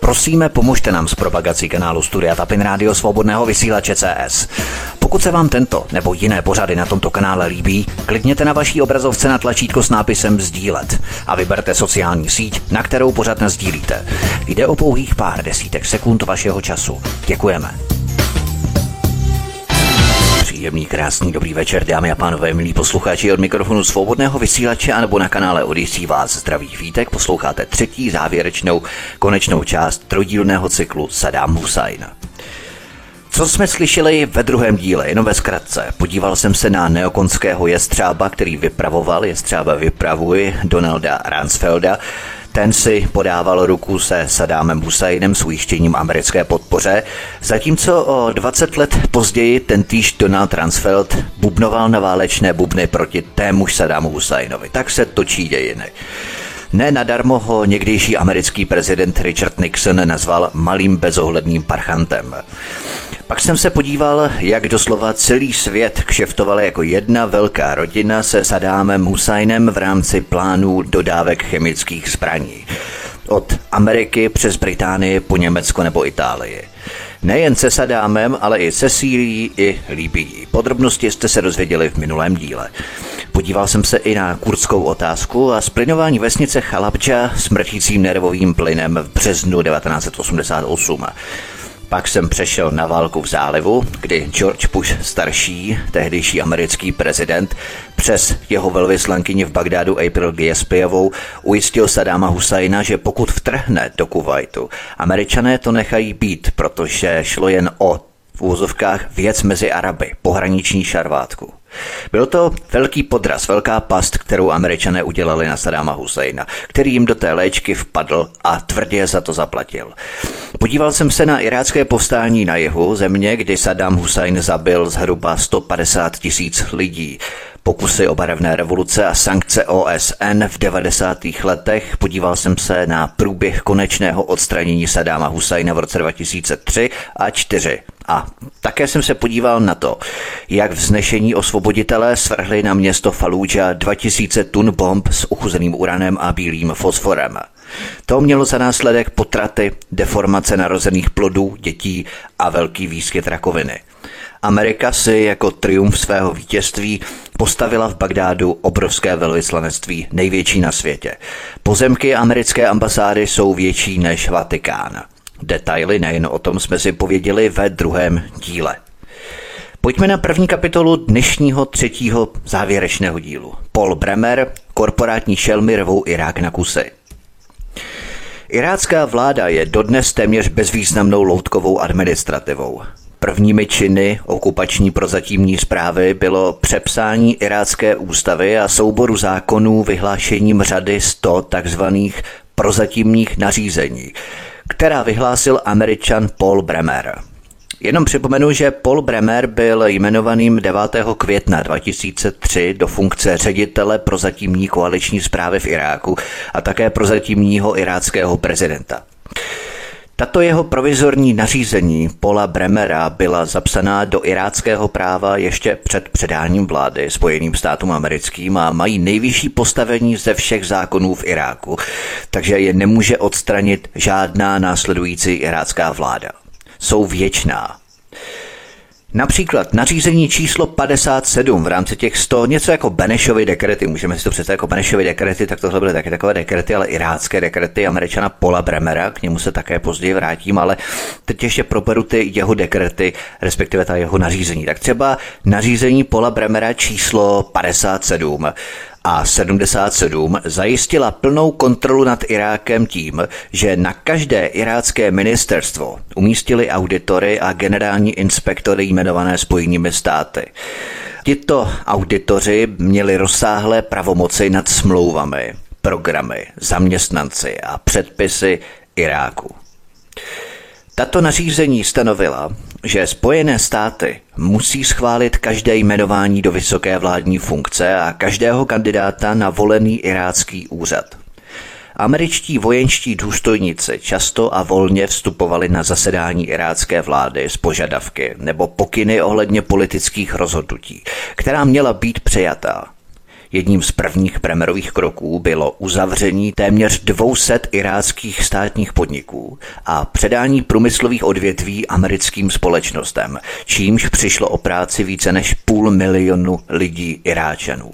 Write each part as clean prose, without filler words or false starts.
Prosíme, pomožte nám s propagací kanálu Studia Tapin Rádio Svobodného vysílače CS. Pokud se vám tento nebo jiné pořady na tomto kanále líbí, klikněte na vaší obrazovce na tlačítko s nápisem sdílet a vyberte sociální síť, na kterou pořad nasdílíte. Jde o pouhých pár desítek sekund vašeho času. Děkujeme. Příjemný, krásný, dobrý večer, dámy a pánové, milí posluchači, od mikrofonu Svobodného vysílače anebo na kanále Odyssey vás zdraví vítek. Posloucháte třetí závěrečnou konečnou část trojdílného cyklu Saddam Husajn. Co jsme slyšeli ve druhém díle, jenom ve zkratce. Podíval jsem se na neokonského jestřába, který vypravuje Donalda Rumsfelda. Ten si podával ruku se Saddamem Husajnem s ujištěním americké podpoře, zatímco o 20 let později tentýž Donald Rumsfeld bubnoval na válečné bubny proti témuž Saddamu Husajnovi. Tak se točí dějiny. Ne nadarmo ho někdejší americký prezident Richard Nixon nazval malým bezohledným parchantem. Pak jsem se podíval, jak doslova celý svět kšeftoval jako jedna velká rodina se Saddamem Husajnem v rámci plánů dodávek chemických zbraní. Od Ameriky přes Británii po Německo nebo Itálii. Nejen se Saddámem, ale i se Sýrií i Libyí. Podrobnosti jste se dozvěděli v minulém díle. Podíval jsem se i na kurdskou otázku a zplyňování vesnice Chalabdža smrtícím nervovým plynem v březnu 1988. Pak jsem přešel na válku v zálivu, kdy George Bush starší, tehdejší americký prezident, přes jeho velvyslankyni v Bagdádu April Gillespieovou ujistil Saddama Husajna, že pokud vtrhne do Kuvajtu, Američané to nechají být, protože šlo jen o v úvozovkách věc mezi Araby, pohraniční šarvátku. Byl to velký podraz, velká past, kterou Američané udělali na Saddama Husajna, který jim do té léčky vpadl a tvrdě za to zaplatil. Podíval jsem se na irácké povstání na jihu země, kdy Saddam Husajn zabil zhruba 150 000 lidí. Pokusy o barevné revoluce a sankce OSN v 90. letech. Podíval jsem se na průběh konečného odstranění Saddama Husajna v roce 2003 a 2004. A také jsem se podíval na to, jak vznešení osvoboditelé svrhli na město Fallúdža 2000 tun bomb s uchuzeným uranem a bílým fosforem. To mělo za následek potraty, deformace narozených plodů, dětí a velký výskyt rakoviny. Amerika si jako triumf svého vítězství postavila v Bagdádu obrovské velvyslanectví, největší na světě. Pozemky americké ambasády jsou větší než Vatikán. Detaily nejen o tom jsme si pověděli ve druhém díle. Pojďme na první kapitolu dnešního třetího závěrečného dílu. Paul Bremer, korporátní šelmy rvou Irák na kusy. Irácká vláda je dodnes téměř bezvýznamnou loutkovou administrativou. Prvními činy okupační prozatímní správy bylo přepsání irácké ústavy a souboru zákonů vyhlášením řady 100 takzvaných prozatímních nařízení, která vyhlásil Američan Paul Bremer. Jenom připomenu, že Paul Bremer byl jmenovaným 9. května 2003 do funkce ředitele prozatímní koaliční správy v Iráku a také prozatímního iráckého prezidenta. Tato jeho provizorní nařízení Paula Bremera byla zapsaná do iráckého práva ještě před předáním vlády Spojeným státům americkým a mají nejvyšší postavení ze všech zákonů v Iráku, takže je nemůže odstranit žádná následující irácká vláda. Jsou věčná. Například nařízení číslo 57 v rámci těch 100, něco jako Benešovy dekrety, můžeme si to představit jako Benešovy dekrety, tak tohle byly taky takové dekrety, ale irácké dekrety Američana Paula Bremera, k němu se také později vrátím, ale teď ještě proberu ty jeho dekrety, respektive ta jeho nařízení. Tak třeba nařízení Paula Bremera číslo 57 a 77 zajistila plnou kontrolu nad Irákem tím, že na každé irácké ministerstvo umístili auditory a generální inspektory jmenované Spojenými státy. Tito auditoři měli rozsáhlé pravomoci nad smlouvami, programy, zaměstnanci a předpisy Iráku. Tato nařízení stanovila, že Spojené státy musí schválit každé jmenování do vysoké vládní funkce a každého kandidáta na volený irácký úřad. Američtí vojenští důstojníci často a volně vstupovali na zasedání irácké vlády s požadavky nebo pokyny ohledně politických rozhodnutí, která měla být přijatá. Jedním z prvních Bremerových kroků bylo uzavření téměř 200 iráckých státních podniků a předání průmyslových odvětví americkým společnostem, čímž přišlo o práci více než 500 000 lidí Iráčanů.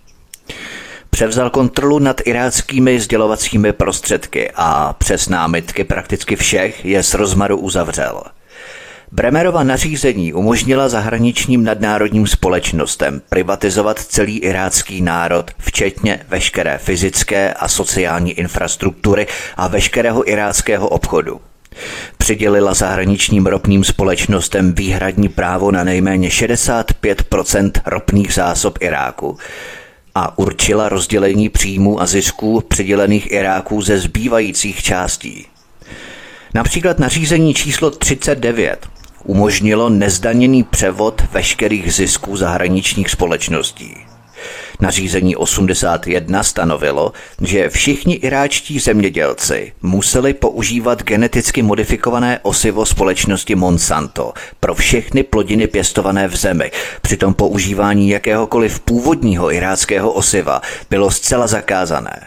Převzal kontrolu nad iráckými sdělovacími prostředky a přes námitky prakticky všech je z rozmaru uzavřel. Bremerova nařízení umožnila zahraničním nadnárodním společnostem privatizovat celý irácký národ, včetně veškeré fyzické a sociální infrastruktury a veškerého iráckého obchodu. Přidělila zahraničním ropným společnostem výhradní právo na nejméně 65% ropných zásob Iráku a určila rozdělení příjmů a zisků přidělených Iráku ze zbývajících částí. Například nařízení číslo 39 umožnilo nezdaněný převod veškerých zisků zahraničních společností. Nařízení 81 stanovilo, že všichni iráčtí zemědělci museli používat geneticky modifikované osivo společnosti Monsanto pro všechny plodiny pěstované v zemi. Přitom používání jakéhokoliv původního iráckého osiva bylo zcela zakázané.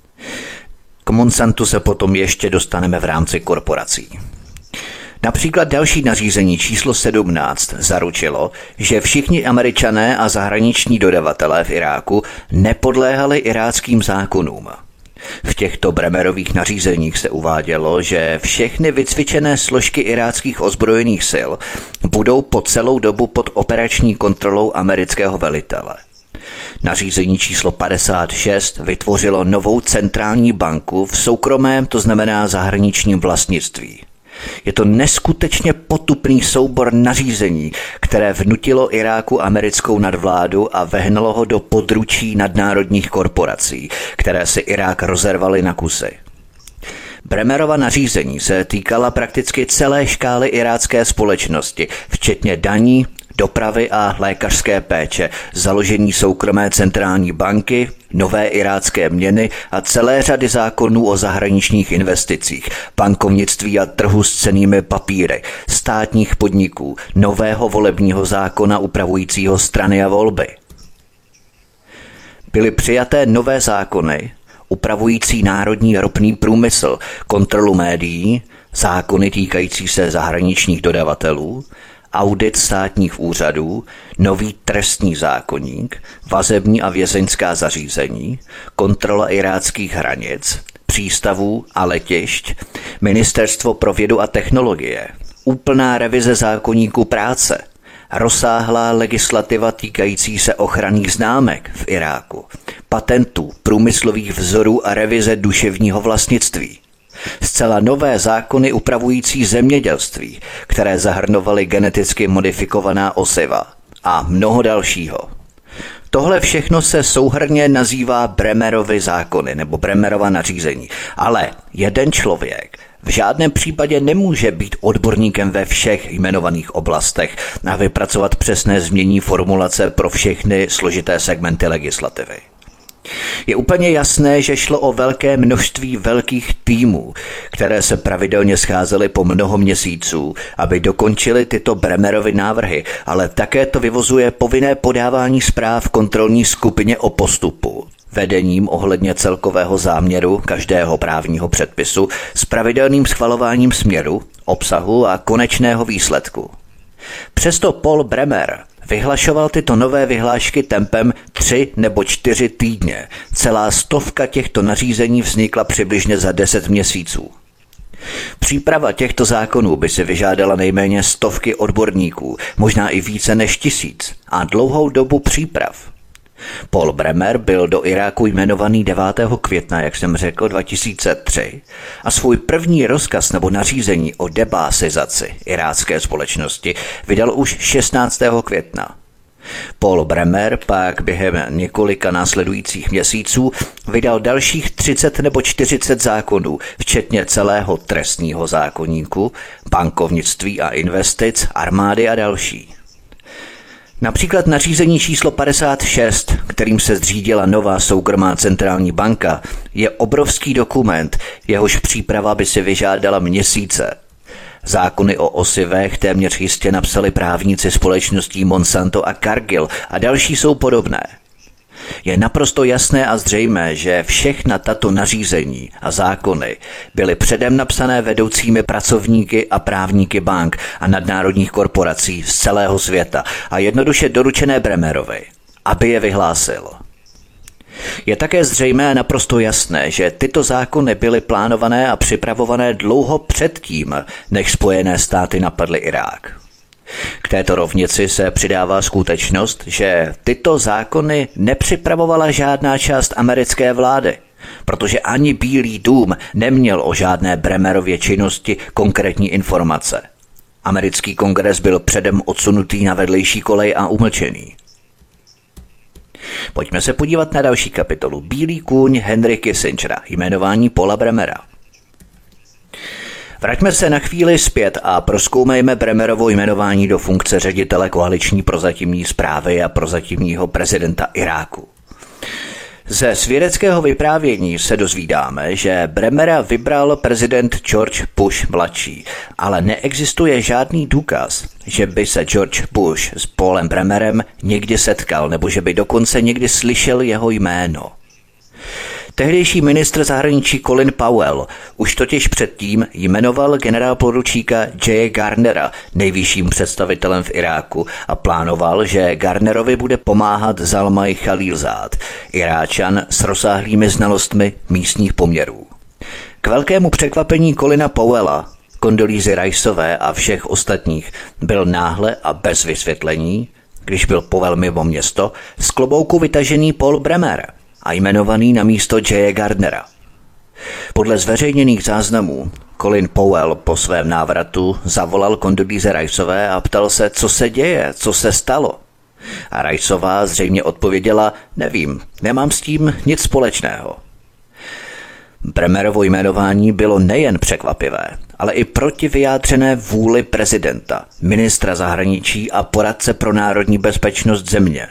K Monsantu se potom ještě dostaneme v rámci korporací. Například další nařízení číslo 17 zaručilo, že všichni Američané a zahraniční dodavatelé v Iráku nepodléhali iráckým zákonům. V těchto Bremerových nařízeních se uvádělo, že všechny vycvičené složky iráckých ozbrojených sil budou po celou dobu pod operační kontrolou amerického velitele. Nařízení číslo 56 vytvořilo novou centrální banku v soukromém, to znamená zahraničním vlastnictví. Je to neskutečně potupný soubor nařízení, které vnutilo Iráku americkou nadvládu a vehnalo ho do područí nadnárodních korporací, které si Irák rozervaly na kusy. Bremerova nařízení se týkala prakticky celé škály irácké společnosti, včetně daní, dopravy a lékařské péče, založení soukromé centrální banky, nové irácké měny a celé řady zákonů o zahraničních investicích, bankovnictví a trhu s cennými papíry, státních podniků, nového volebního zákona upravujícího strany a volby. Byly přijaté nové zákony upravující národní ropný průmysl, kontrolu médií, zákony týkající se zahraničních dodavatelů, audit státních úřadů, nový trestní zákoník, vazební a vězeňská zařízení, kontrola iráckých hranic, přístavů a letišť, Ministerstvo pro vědu a technologie, úplná revize zákoníku práce, rozsáhlá legislativa týkající se ochranných známek v Iráku, patentů, průmyslových vzorů a revize duševního vlastnictví. Zcela nové zákony upravující zemědělství, které zahrnovaly geneticky modifikovaná osiva a mnoho dalšího. Tohle všechno se souhrnně nazývá Bremerovy zákony nebo Bremerova nařízení, ale jeden člověk v žádném případě nemůže být odborníkem ve všech jmenovaných oblastech a vypracovat přesné změní formulace pro všechny složité segmenty legislativy. Je úplně jasné, že šlo o velké množství velkých týmů, které se pravidelně scházely po mnoho měsíců, aby dokončili tyto Bremerovy návrhy, ale také to vyvozuje povinné podávání zpráv kontrolní skupině o postupu, vedením ohledně celkového záměru každého právního předpisu s pravidelným schvalováním směru, obsahu a konečného výsledku. Přesto Paul Bremer vyhlašoval tyto nové vyhlášky tempem 3 nebo 4 týdně. Celá 100 těchto nařízení vznikla přibližně za 10 měsíců. Příprava těchto zákonů by si vyžádala nejméně 100 odborníků, možná i více než 1000 a dlouhou dobu příprav. Paul Bremer byl do Iráku jmenovaný 9. května, jak jsem řekl, 2003 a svůj první rozkaz nebo nařízení o debásizaci irácké společnosti vydal už 16. května. Paul Bremer pak během několika následujících měsíců vydal dalších 30 nebo 40 zákonů, včetně celého trestního zákoníku, bankovnictví a investic, armády a další. Například nařízení číslo 56, kterým se zřídila nová soukromá centrální banka, je obrovský dokument, jehož příprava by si vyžádala měsíce. Zákony o osivech téměř jistě napsali právníci společností Monsanto a Cargill a další jsou podobné. Je naprosto jasné a zřejmé, že všechna tato nařízení a zákony byly předem napsané vedoucími pracovníky a právníky bank a nadnárodních korporací z celého světa a jednoduše doručené Bremerovi, aby je vyhlásil. Je také zřejmé a naprosto jasné, že tyto zákony byly plánované a připravované dlouho předtím, než Spojené státy napadly Irák. K této rovnici se přidává skutečnost, že tyto zákony nepřipravovala žádná část americké vlády, protože ani Bílý dům neměl o žádné Bremerově činnosti konkrétní informace. Americký kongres byl předem odsunutý na vedlejší kolej a umlčený. Pojďme se podívat na další kapitolu. Bílý kůň Henry Kissingera, jmenování Paula Bremera. Vraťme se na chvíli zpět a prozkoumejme Bremerovo jmenování do funkce ředitele koaliční prozatímní správy a prozatímního prezidenta Iráku. Ze svědeckého vyprávění se dozvídáme, že Bremera vybral prezident George Bush mladší, ale neexistuje žádný důkaz, že by se George Bush s Paulem Bremerem někdy setkal nebo že by dokonce někdy slyšel jeho jméno. Tehdejší ministr zahraničí Colin Powell už totiž předtím jmenoval generálporučíka J. Garnera nejvyšším představitelem v Iráku a plánoval, že Garnerovi bude pomáhat Zalmay Khalilzad, Iráčan s rozsáhlými znalostmi místních poměrů. K velkému překvapení Colina Powella, Condoleezzy Riceové a všech ostatních byl náhle a bez vysvětlení, když byl Powell mimo město, z klobouku vytažený Paul Bremer a jmenovaný na místo J. Gardnera. Podle zveřejněných záznamů Colin Powell po svém návratu zavolal Condoleezzy Riceové a ptal se, co se děje, co se stalo. A Riceová zřejmě odpověděla, nevím, nemám s tím nic společného. Bremerovo jmenování bylo nejen překvapivé, ale i proti vyjádřené vůli prezidenta, ministra zahraničí a poradce pro národní bezpečnost země.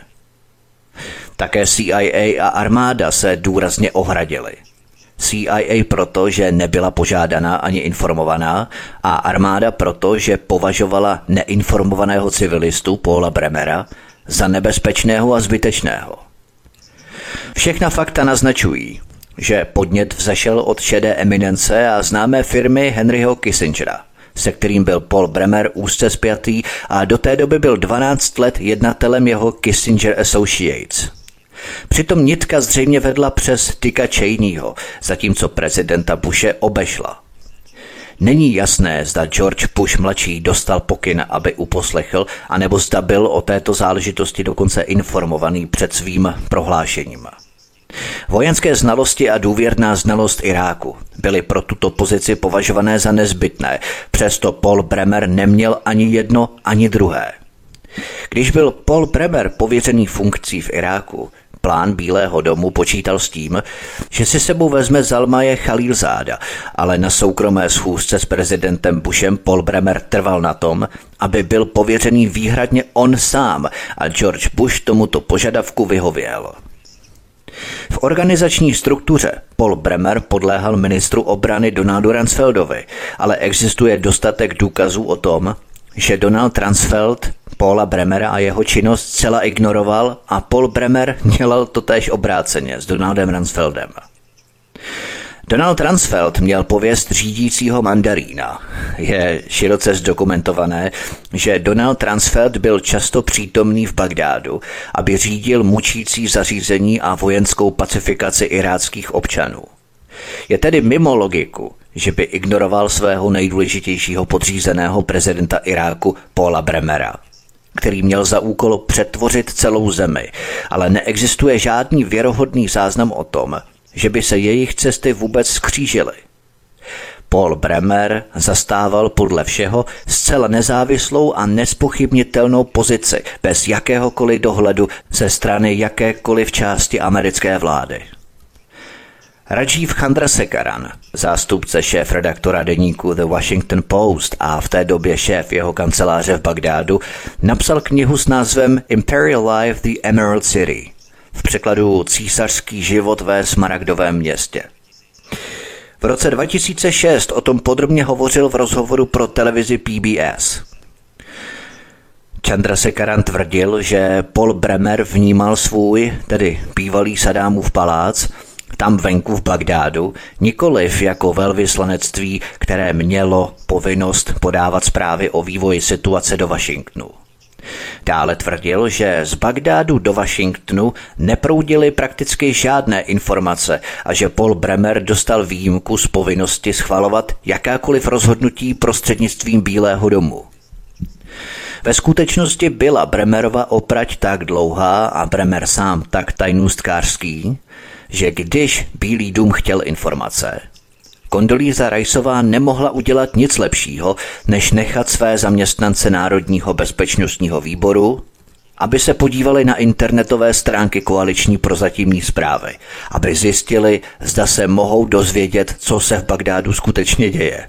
Také CIA a armáda se důrazně ohradily. CIA proto, že nebyla požádaná ani informovaná a armáda proto, že považovala neinformovaného civilistu Paula Bremera za nebezpečného a zbytečného. Všechna fakta naznačují, že podnět vzešel od šedé eminence a známé firmy Henryho Kissingera, se kterým byl Paul Bremer úzce spjatý a do té doby byl 12 let jednatelem jeho Kissinger Associates. Přitom nitka zřejmě vedla přes Dicka Cheneyho, zatímco prezidenta Bushe obešla. Není jasné, zda George Bush mladší dostal pokyn, aby uposlechl, anebo zda byl o této záležitosti dokonce informovaný před svým prohlášením. Vojenské znalosti a důvěrná znalost Iráku byly pro tuto pozici považované za nezbytné, přesto Paul Bremer neměl ani jedno, ani druhé. Když byl Paul Bremer pověřený funkcí v Iráku, plán Bílého domu počítal s tím, že si sebou vezme Zalmaye Khalilzáda, ale na soukromé schůzce s prezidentem Bushem Paul Bremer trval na tom, aby byl pověřený výhradně on sám a George Bush tomuto požadavku vyhověl. V organizační struktuře Paul Bremer podléhal ministru obrany Donaldu Rumsfeldovi, ale existuje dostatek důkazů o tom, že Donald Rumsfeld Paula Bremera a jeho činnost zcela ignoroval a Paul Bremer dělal totéž obráceně s Donaldem Rumsfeldem. Donald Rumsfeld měl pověst řídícího mandarína. Je široce zdokumentované, že Donald Rumsfeld byl často přítomný v Bagdádu, aby řídil mučící zařízení a vojenskou pacifikaci iráckých občanů. Je tedy mimo logiku, že by ignoroval svého nejdůležitějšího podřízeného prezidenta Iráku Paula Bremera, který měl za úkol přetvořit celou zemi, ale neexistuje žádný věrohodný záznam o tom, že by se jejich cesty vůbec skřížily. Paul Bremer zastával podle všeho zcela nezávislou a nezpochybnitelnou pozici bez jakéhokoliv dohledu ze strany jakékoliv části americké vlády. Rajiv Chandrasekaran, zástupce šéfredaktora deníku The Washington Post a v té době šéf jeho kanceláře v Bagdádu, napsal knihu s názvem Imperial Life the Emerald City, v překladu Císařský život ve Smaragdovém městě. V roce 2006 o tom podrobně hovořil v rozhovoru pro televizi PBS. Chandrasekaran tvrdil, že Paul Bremer vnímal svůj, tedy bývalý Saddámův palác, tam venku v Bagdádu, nikoliv jako velvyslanectví, které mělo povinnost podávat zprávy o vývoji situace do Washingtonu. Dále tvrdil, že z Bagdádu do Washingtonu neproudily prakticky žádné informace a že Paul Bremer dostal výjimku z povinnosti schvalovat jakákoliv rozhodnutí prostřednictvím Bílého domu. Ve skutečnosti byla Bremerova oprať tak dlouhá a Bremer sám tak tajnůstkářský, že když Bílý dům chtěl informace, Condoleezza Riceová nemohla udělat nic lepšího, než nechat své zaměstnance Národního bezpečnostního výboru, aby se podívali na internetové stránky koaliční prozatímní zprávy, aby zjistili, zda se mohou dozvědět, co se v Bagdádu skutečně děje.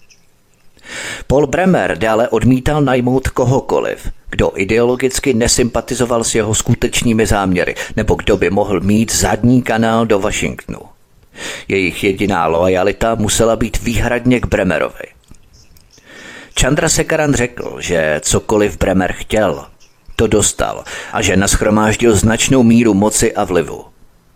Paul Bremer dále odmítal najmout kohokoliv, kdo ideologicky nesympatizoval s jeho skutečnými záměry, nebo kdo by mohl mít zadní kanál do Washingtonu. Jejich jediná loajalita musela být výhradně k Bremerovi. Chandrasekaran řekl, že cokoliv Bremer chtěl, to dostal a že nashromáždil značnou míru moci a vlivu.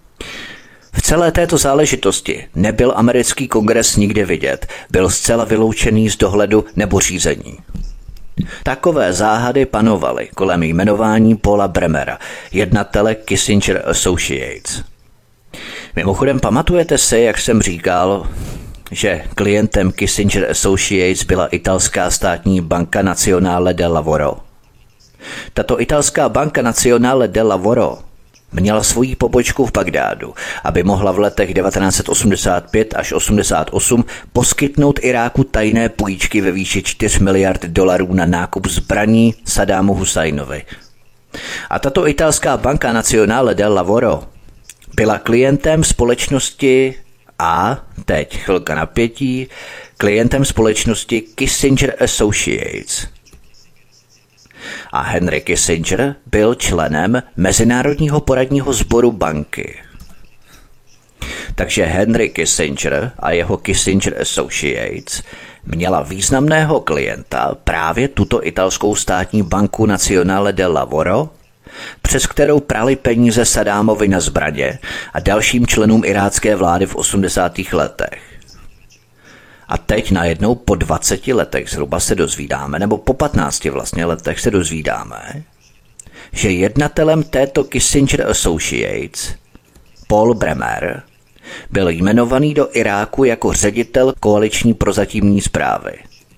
V celé této záležitosti nebyl americký kongres nikdy vidět, byl zcela vyloučený z dohledu nebo řízení. Takové záhady panovaly kolem jmenování Paula Bremera, jednatele Kissinger Associates. Mimochodem, pamatujete si, jak jsem říkal, že klientem Kissinger Associates byla italská státní banka Nazionale del Lavoro? Tato italská banka Nazionale del Lavoro měla svoji pobočku v Bagdádu, aby mohla v letech 1985 až 88 poskytnout Iráku tajné půjčky ve výši 4 miliard dolarů na nákup zbraní Saddámu Husajnovi. A tato italská banka Nazionale del Lavoro byla klientem společnosti a, teď chvilka napětí, klientem společnosti Kissinger Associates. A Henry Kissinger byl členem Mezinárodního poradního sboru banky. Takže Henry Kissinger a jeho Kissinger Associates měla významného klienta právě tuto italskou státní banku Nazionale del Lavoro, přes kterou prali peníze Saddámovi na zbraně a dalším členům irácké vlády v 80. letech. A teď najednou po 20 letech zhruba se dozvídáme, nebo po 15 vlastně letech se dozvídáme, že jednatelem této Kissinger Associates, Paul Bremer, byl jmenovaný do Iráku jako ředitel koaliční prozatímní zprávy.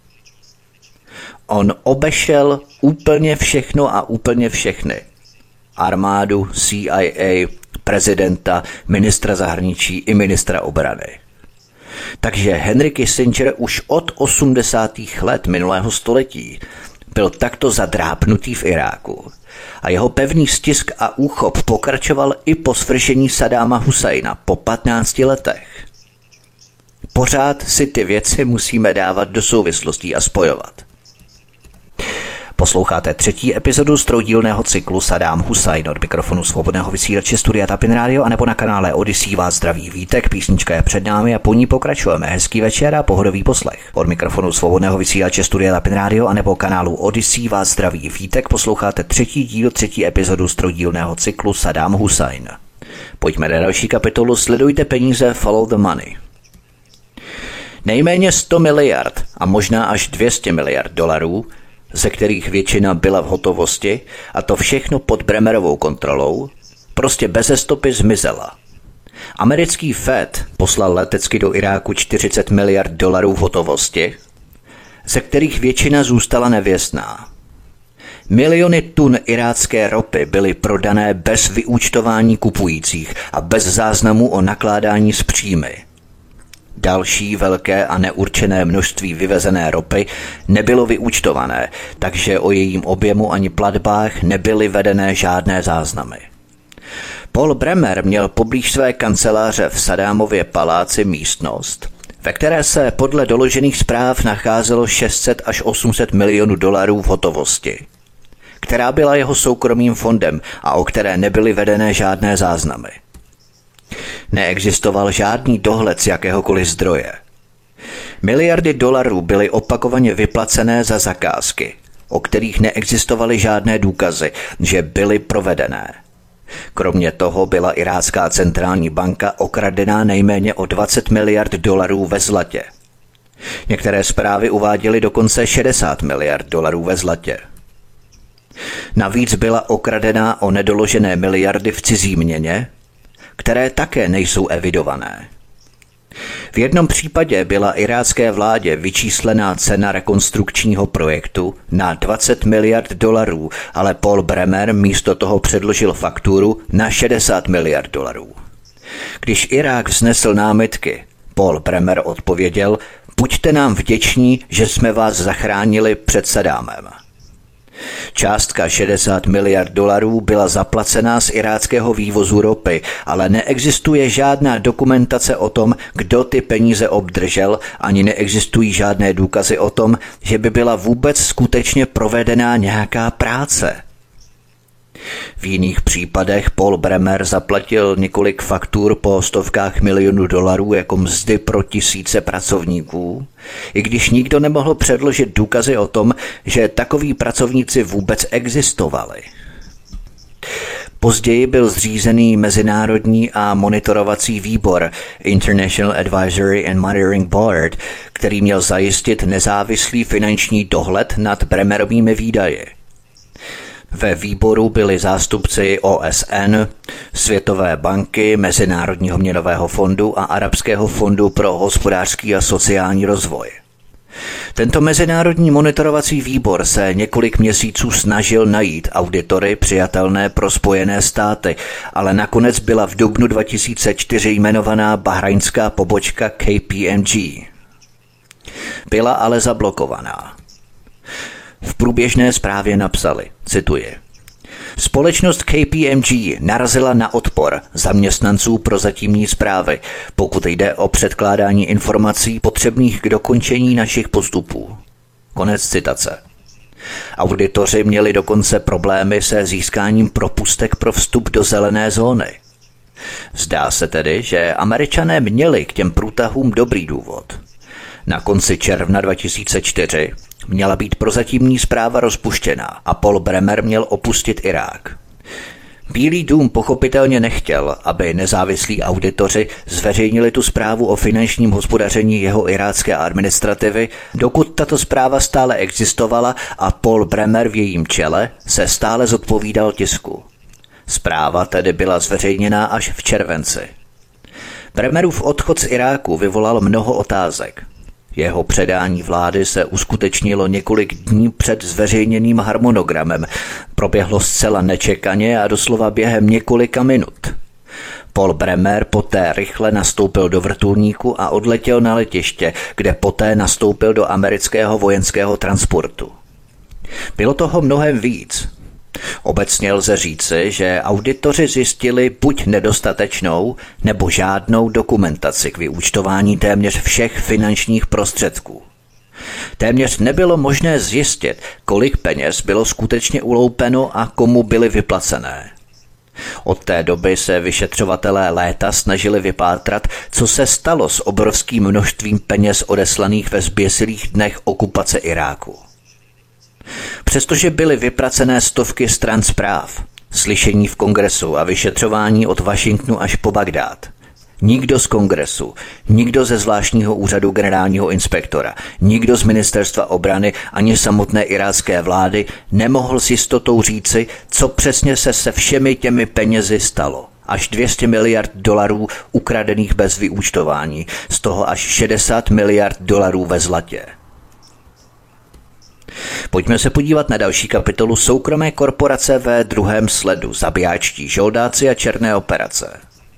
On obešel úplně všechno a úplně všechny. Armádu, CIA, prezidenta, ministra zahraničí i ministra obrany. Takže Henry Kissinger už od 80. let minulého století byl takto zadrápnutý v Iráku a jeho pevný stisk a úchop pokračoval i po svržení Saddáma Husajna po 15 letech. Pořád si ty věci musíme dávat do souvislostí a spojovat. Posloucháte třetí epizodu z troudílného cyklu Saddám Husajn. Od mikrofonu svobodného vysílače Studia Tapin Radio anebo na kanále Odyssey vás zdraví Vítek, písnička je před námi a po ní pokračujeme. Hezký večer a pohodový poslech. Od mikrofonu svobodného vysílače Studia Tapin Radio anebo kanálu Odyssey vás zdraví Vítek, posloucháte třetí epizodu z troudílného cyklu Saddám Husajn. Pojďme na další kapitolu, sledujte peníze, follow the money. Nejméně 100 miliard a možná až 200 miliard dolarů, ze kterých většina byla v hotovosti, a to všechno pod Bremerovou kontrolou, prostě beze stopy zmizela. Americký Fed poslal letecky do Iráku 40 miliard dolarů v hotovosti, ze kterých většina zůstala nevěstná. Miliony tun irácké ropy byly prodané bez vyúčtování kupujících a bez záznamů o nakládání s příjmy. Další velké a neurčené množství vyvezené ropy nebylo vyúčtované, takže o jejím objemu ani platbách nebyly vedené žádné záznamy. Paul Bremer měl poblíž své kanceláře v Saddámově paláci místnost, ve které se podle doložených zpráv nacházelo 600 až 800 milionů dolarů v hotovosti, která byla jeho soukromým fondem a o které nebyly vedené žádné záznamy. Neexistoval žádný dohled z jakéhokoliv zdroje. Miliardy dolarů byly opakovaně vyplacené za zakázky, o kterých neexistovaly žádné důkazy, že byly provedené. Kromě toho byla irácká centrální banka okradená nejméně o 20 miliard dolarů ve zlatě. Některé zprávy uváděly dokonce 60 miliard dolarů ve zlatě. Navíc byla okradená o nedoložené miliardy v cizí měně, které také nejsou evidované. V jednom případě byla irácké vládě vyčíslená cena rekonstrukčního projektu na 20 miliard dolarů, ale Paul Bremer místo toho předložil fakturu na 60 miliard dolarů. Když Irák vznesl námitky, Paul Bremer odpověděl: buďte nám vděční, že jsme vás zachránili před Saddámem. Částka 60 miliard dolarů byla zaplacená z iráckého vývozu ropy, ale neexistuje žádná dokumentace o tom, kdo ty peníze obdržel, ani neexistují žádné důkazy o tom, že by byla vůbec skutečně provedená nějaká práce. V jiných případech Paul Bremer zaplatil několik faktur po stovkách milionů dolarů jako mzdy pro tisíce pracovníků, i když nikdo nemohl předložit důkazy o tom, že takoví pracovníci vůbec existovali. Později byl zřízený mezinárodní a monitorovací výbor International Advisory and Monitoring Board, který měl zajistit nezávislý finanční dohled nad Bremerovými výdaji. Ve výboru byli zástupci OSN, Světové banky, Mezinárodního měnového fondu a Arabského fondu pro hospodářský a sociální rozvoj. Tento mezinárodní monitorovací výbor se několik měsíců snažil najít auditory přijatelné pro Spojené státy, ale nakonec byla v dubnu 2004 jmenovaná bahrajnská pobočka KPMG. Byla ale zablokovaná. V průběžné zprávě napsali, cituji: společnost KPMG narazila na odpor zaměstnanců prozatímní zprávy, pokud jde o předkládání informací potřebných k dokončení našich postupů. Konec citace. Auditoři měli dokonce problémy se získáním propustek pro vstup do zelené zóny. Zdá se tedy, že Američané měli k těm průtahům dobrý důvod. Na konci června 2004 měla být prozatímní zpráva rozpuštěná a Paul Bremer měl opustit Irák. Bílý dům pochopitelně nechtěl, aby nezávislí auditoři zveřejnili tu zprávu o finančním hospodaření jeho irácké administrativy, dokud tato zpráva stále existovala a Paul Bremer v jejím čele se stále zodpovídal tisku. Zpráva tedy byla zveřejněná až v červenci. Bremerův odchod z Iráku vyvolal mnoho otázek. Jeho předání vlády se uskutečnilo několik dní před zveřejněným harmonogramem. Proběhlo zcela nečekaně a doslova během několika minut. Paul Bremer poté rychle nastoupil do vrtulníku a odletěl na letiště, kde poté nastoupil do amerického vojenského transportu. Bylo toho mnohem víc. Obecně lze říci, že auditoři zjistili buď nedostatečnou nebo žádnou dokumentaci k vyúčtování téměř všech finančních prostředků. Téměř nebylo možné zjistit, kolik peněz bylo skutečně uloupeno a komu byly vyplacené. Od té doby se vyšetřovatelé léta snažili vypátrat, co se stalo s obrovským množstvím peněz odeslaných ve zběsilých dnech okupace Iráku. Přestože byly vypracené stovky stran zpráv, slyšení v kongresu a vyšetřování od Washingtonu až po Bagdád, nikdo z kongresu, nikdo ze zvláštního úřadu generálního inspektora, nikdo z ministerstva obrany ani samotné irácké vlády nemohl s jistotou říci, co přesně se všemi těmi penězi stalo. Až 200 miliard dolarů ukradených bez vyúčtování, z toho až 60 miliard dolarů ve zlatě. Pojďme se podívat na další kapitolu soukromé korporace ve druhém sledu, zabijáčtí žoldáci a černé operace.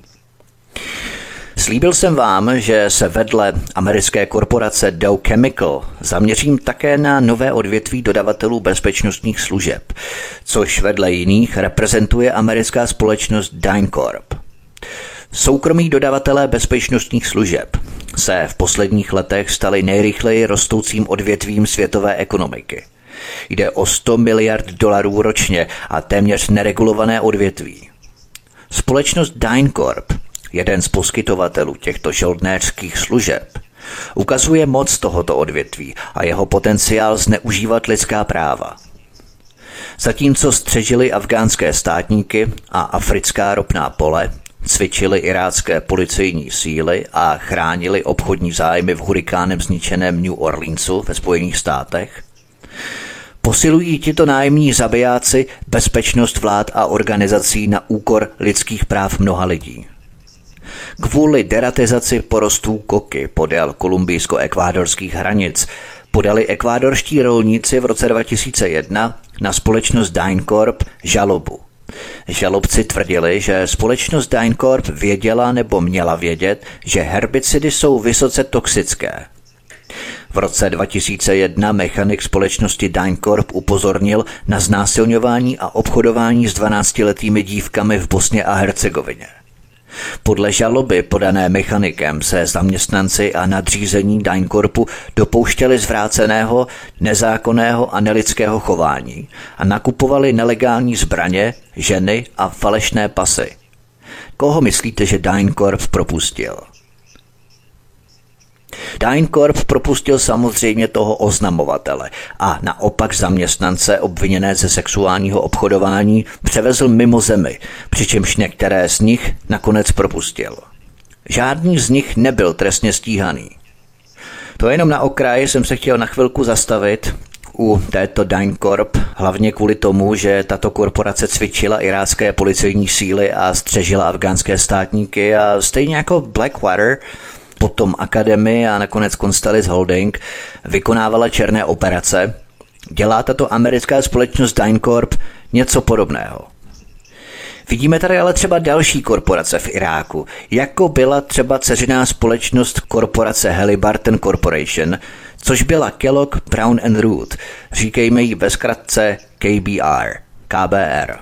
Slíbil jsem vám, že se vedle americké korporace Dow Chemical zaměřím také na nové odvětví dodavatelů bezpečnostních služeb, což vedle jiných reprezentuje americká společnost DynCorp. Soukromí dodavatelé bezpečnostních služeb se v posledních letech stali nejrychleji rostoucím odvětvím světové ekonomiky. Jde o 100 miliard dolarů ročně a téměř neregulované odvětví. Společnost DynCorp, jeden z poskytovatelů těchto žoldnéřských služeb, Ukazuje moc tohoto odvětví a jeho potenciál zneužívat lidská práva. Zatímco střežili afgánské státníky a africká ropná pole, cvičili irácké policejní síly a chránili obchodní zájmy v hurikánem zničeném New Orleansu ve Spojených státech, posilují tito nájemní zabijáci bezpečnost vlád a organizací na úkor lidských práv mnoha lidí. Kvůli deratizaci porostů koky podél kolumbijsko-ekvádorských hranic podali ekvádorští rolníci v roce 2001 na společnost DynCorp žalobu. Žalobci tvrdili, že společnost DynCorp věděla nebo měla vědět, že herbicidy jsou vysoce toxické. V roce 2001 mechanik společnosti DynCorp upozornil na znásilňování a obchodování s 12letými dívkami v Bosně a Hercegovině. Podle žaloby podané mechanikem se zaměstnanci a nadřízení DynCorpu dopouštěli zvráceného, nezákonného a nelidského chování a nakupovali nelegální zbraně, ženy a falešné pasy. Koho myslíte, že DynCorp propustil? DynCorp propustil samozřejmě toho oznamovatele a naopak zaměstnance obviněné ze sexuálního obchodování převezl mimo zemi, přičemž některé z nich nakonec propustil. Žádný z nich nebyl trestně stíhaný. To jenom na okraji jsem se chtěl na chvilku zastavit u této DynCorp, hlavně kvůli tomu, že tato korporace cvičila irácké policejní síly a střežila afgánské státníky a stejně jako Blackwater, potom Academy a nakonec Constellis Holding vykonávala černé operace, dělá tato americká společnost DynCorp něco podobného. Vidíme tady ale třeba další korporace v Iráku, jako byla třeba dceřiná společnost korporace Halliburton Corporation, což byla Kellogg Brown & Root, říkejme jí ve zkratce KBR.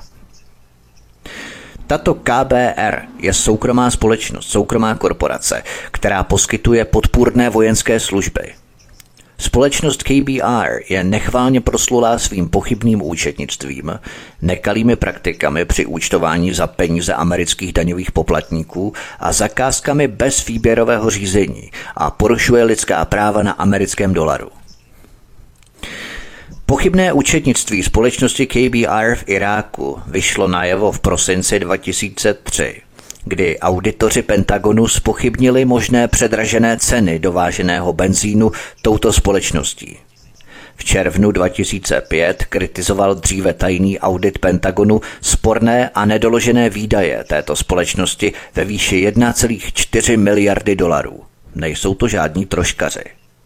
Tato KBR je soukromá společnost, soukromá korporace, která poskytuje podpůrné vojenské služby. Společnost KBR je nechválně proslulá svým pochybným účetnictvím, nekalými praktikami při účtování za peníze amerických daňových poplatníků a zakázkami bez výběrového řízení a porušuje lidská práva na americkém dolaru. Pochybné účetnictví společnosti KBR v Iráku vyšlo najevo v prosinci 2003, kdy auditoři Pentagonu zpochybnili možné předražené ceny dováženého benzínu touto společností. V červnu 2005 kritizoval dříve tajný audit Pentagonu sporné a nedoložené výdaje této společnosti ve výši 1,4 miliardy dolarů. Nejsou to žádní troškaři.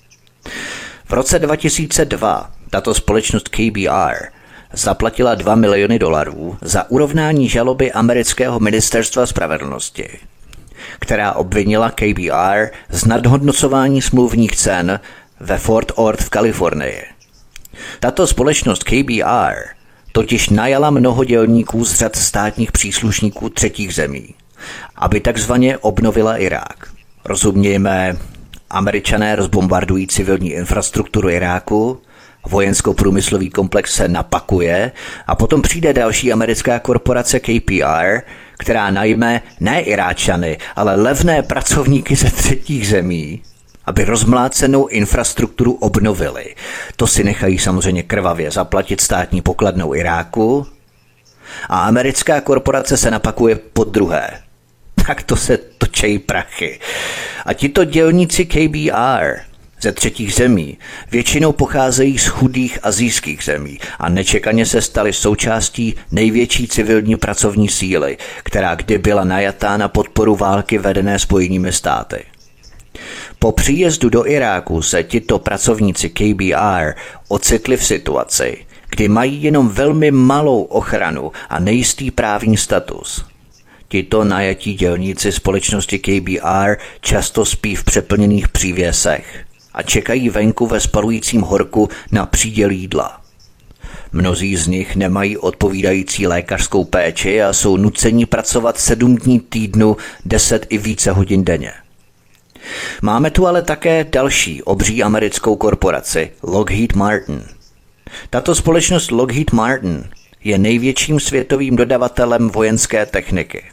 V roce 2002 tato společnost KBR zaplatila $2 miliony za urovnání žaloby amerického ministerstva spravedlnosti, která obvinila KBR z nadhodnocování smluvních cen ve Fort Worth v Kalifornii. Tato společnost KBR totiž najala mnoho dělníků z řad státních příslušníků třetích zemí, aby takzvaně obnovila Irák. Rozumějme, Američané rozbombardují civilní infrastrukturu Iráku, vojensko-průmyslový komplex se napakuje a potom přijde další americká korporace KBR, která najme ne Iráčany, ale levné pracovníky ze třetích zemí, aby rozmlácenou infrastrukturu obnovili. To si nechají samozřejmě krvavě zaplatit státní pokladnou Iráku a americká korporace se napakuje podruhé. Tak to se točejí prachy. A tito dělníci KBR ze třetích zemí většinou pocházejí z chudých asijských zemí a nečekaně se stali součástí největší civilní pracovní síly, která kdy byla najatá na podporu války vedené Spojenými státy. Po příjezdu do Iráku se tito pracovníci KBR ocitli v situaci, kdy mají jenom velmi malou ochranu a nejistý právní status. Tito najatí dělníci společnosti KBR často spí v přeplněných přívěsech a čekají venku ve spalujícím horku na příděl jídla. Mnozí z nich nemají odpovídající lékařskou péči a jsou nuceni pracovat 7 dní týdnu, 10 i více hodin denně. Máme tu ale také další obří americkou korporaci Lockheed Martin. Tato společnost Lockheed Martin je největším světovým dodavatelem vojenské techniky.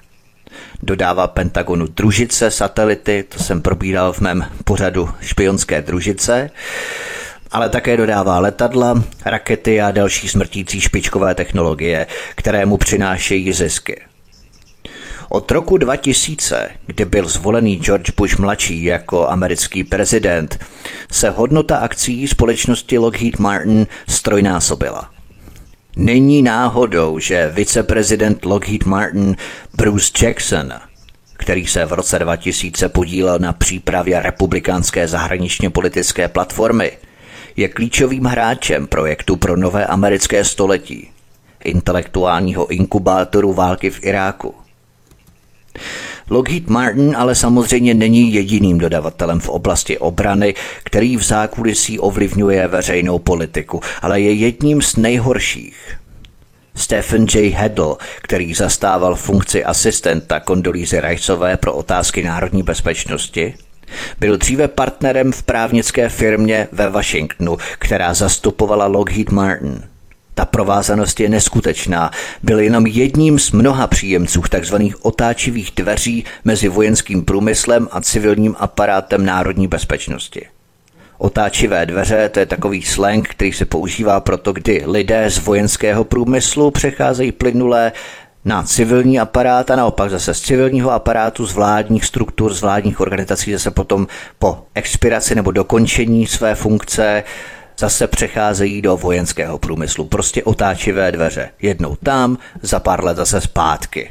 Dodává Pentagonu družice, satelity, to jsem probíral v mém pořadu Špionské družice, ale také dodává letadla, rakety a další smrtící špičkové technologie, které mu přinášejí zisky. Od roku 2000, kdy byl zvolený George Bush mladší jako americký prezident, se hodnota akcií společnosti Lockheed Martin ztrojnásobila. Není náhodou, že viceprezident Lockheed Martin Bruce Jackson, který se v roce 2000 podílel na přípravě republikánské zahraničně politické platformy, je klíčovým hráčem projektu pro nové americké století, intelektuálního inkubátoru války v Iráku. Lockheed Martin ale samozřejmě není jediným dodavatelem v oblasti obrany, který v zákulisí ovlivňuje veřejnou politiku, ale je jedním z nejhorších. Stephen J. Hedl, který zastával funkci asistenta Condoleezzy Riceové pro otázky národní bezpečnosti, byl dříve partnerem v právnické firmě ve Washingtonu, která zastupovala Lockheed Martin. Ta provázanost je neskutečná. Byl jenom jedním z mnoha příjemců tzv. Otáčivých dveří mezi vojenským průmyslem a civilním aparátem národní bezpečnosti. Otáčivé dveře, to je takový slang, který se používá proto, kdy lidé z vojenského průmyslu přecházejí plynule na civilní aparát a naopak zase z civilního aparátu, z vládních struktur, z vládních organizací zase potom po expiraci nebo dokončení své funkce zase přecházejí do vojenského průmyslu. Prostě otáčivé dveře. Jednou tam, za pár let zase zpátky.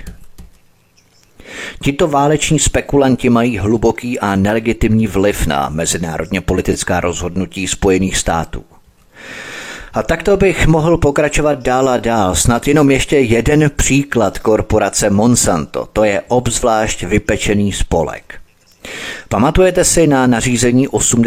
Tito váleční spekulanti mají hluboký a nelegitimní vliv na mezinárodně politická rozhodnutí Spojených států. A takto bych mohl pokračovat dál a dál. Snad jenom ještě jeden příklad korporace Monsanto. To je obzvlášť vypečený spolek. Pamatujete si na nařízení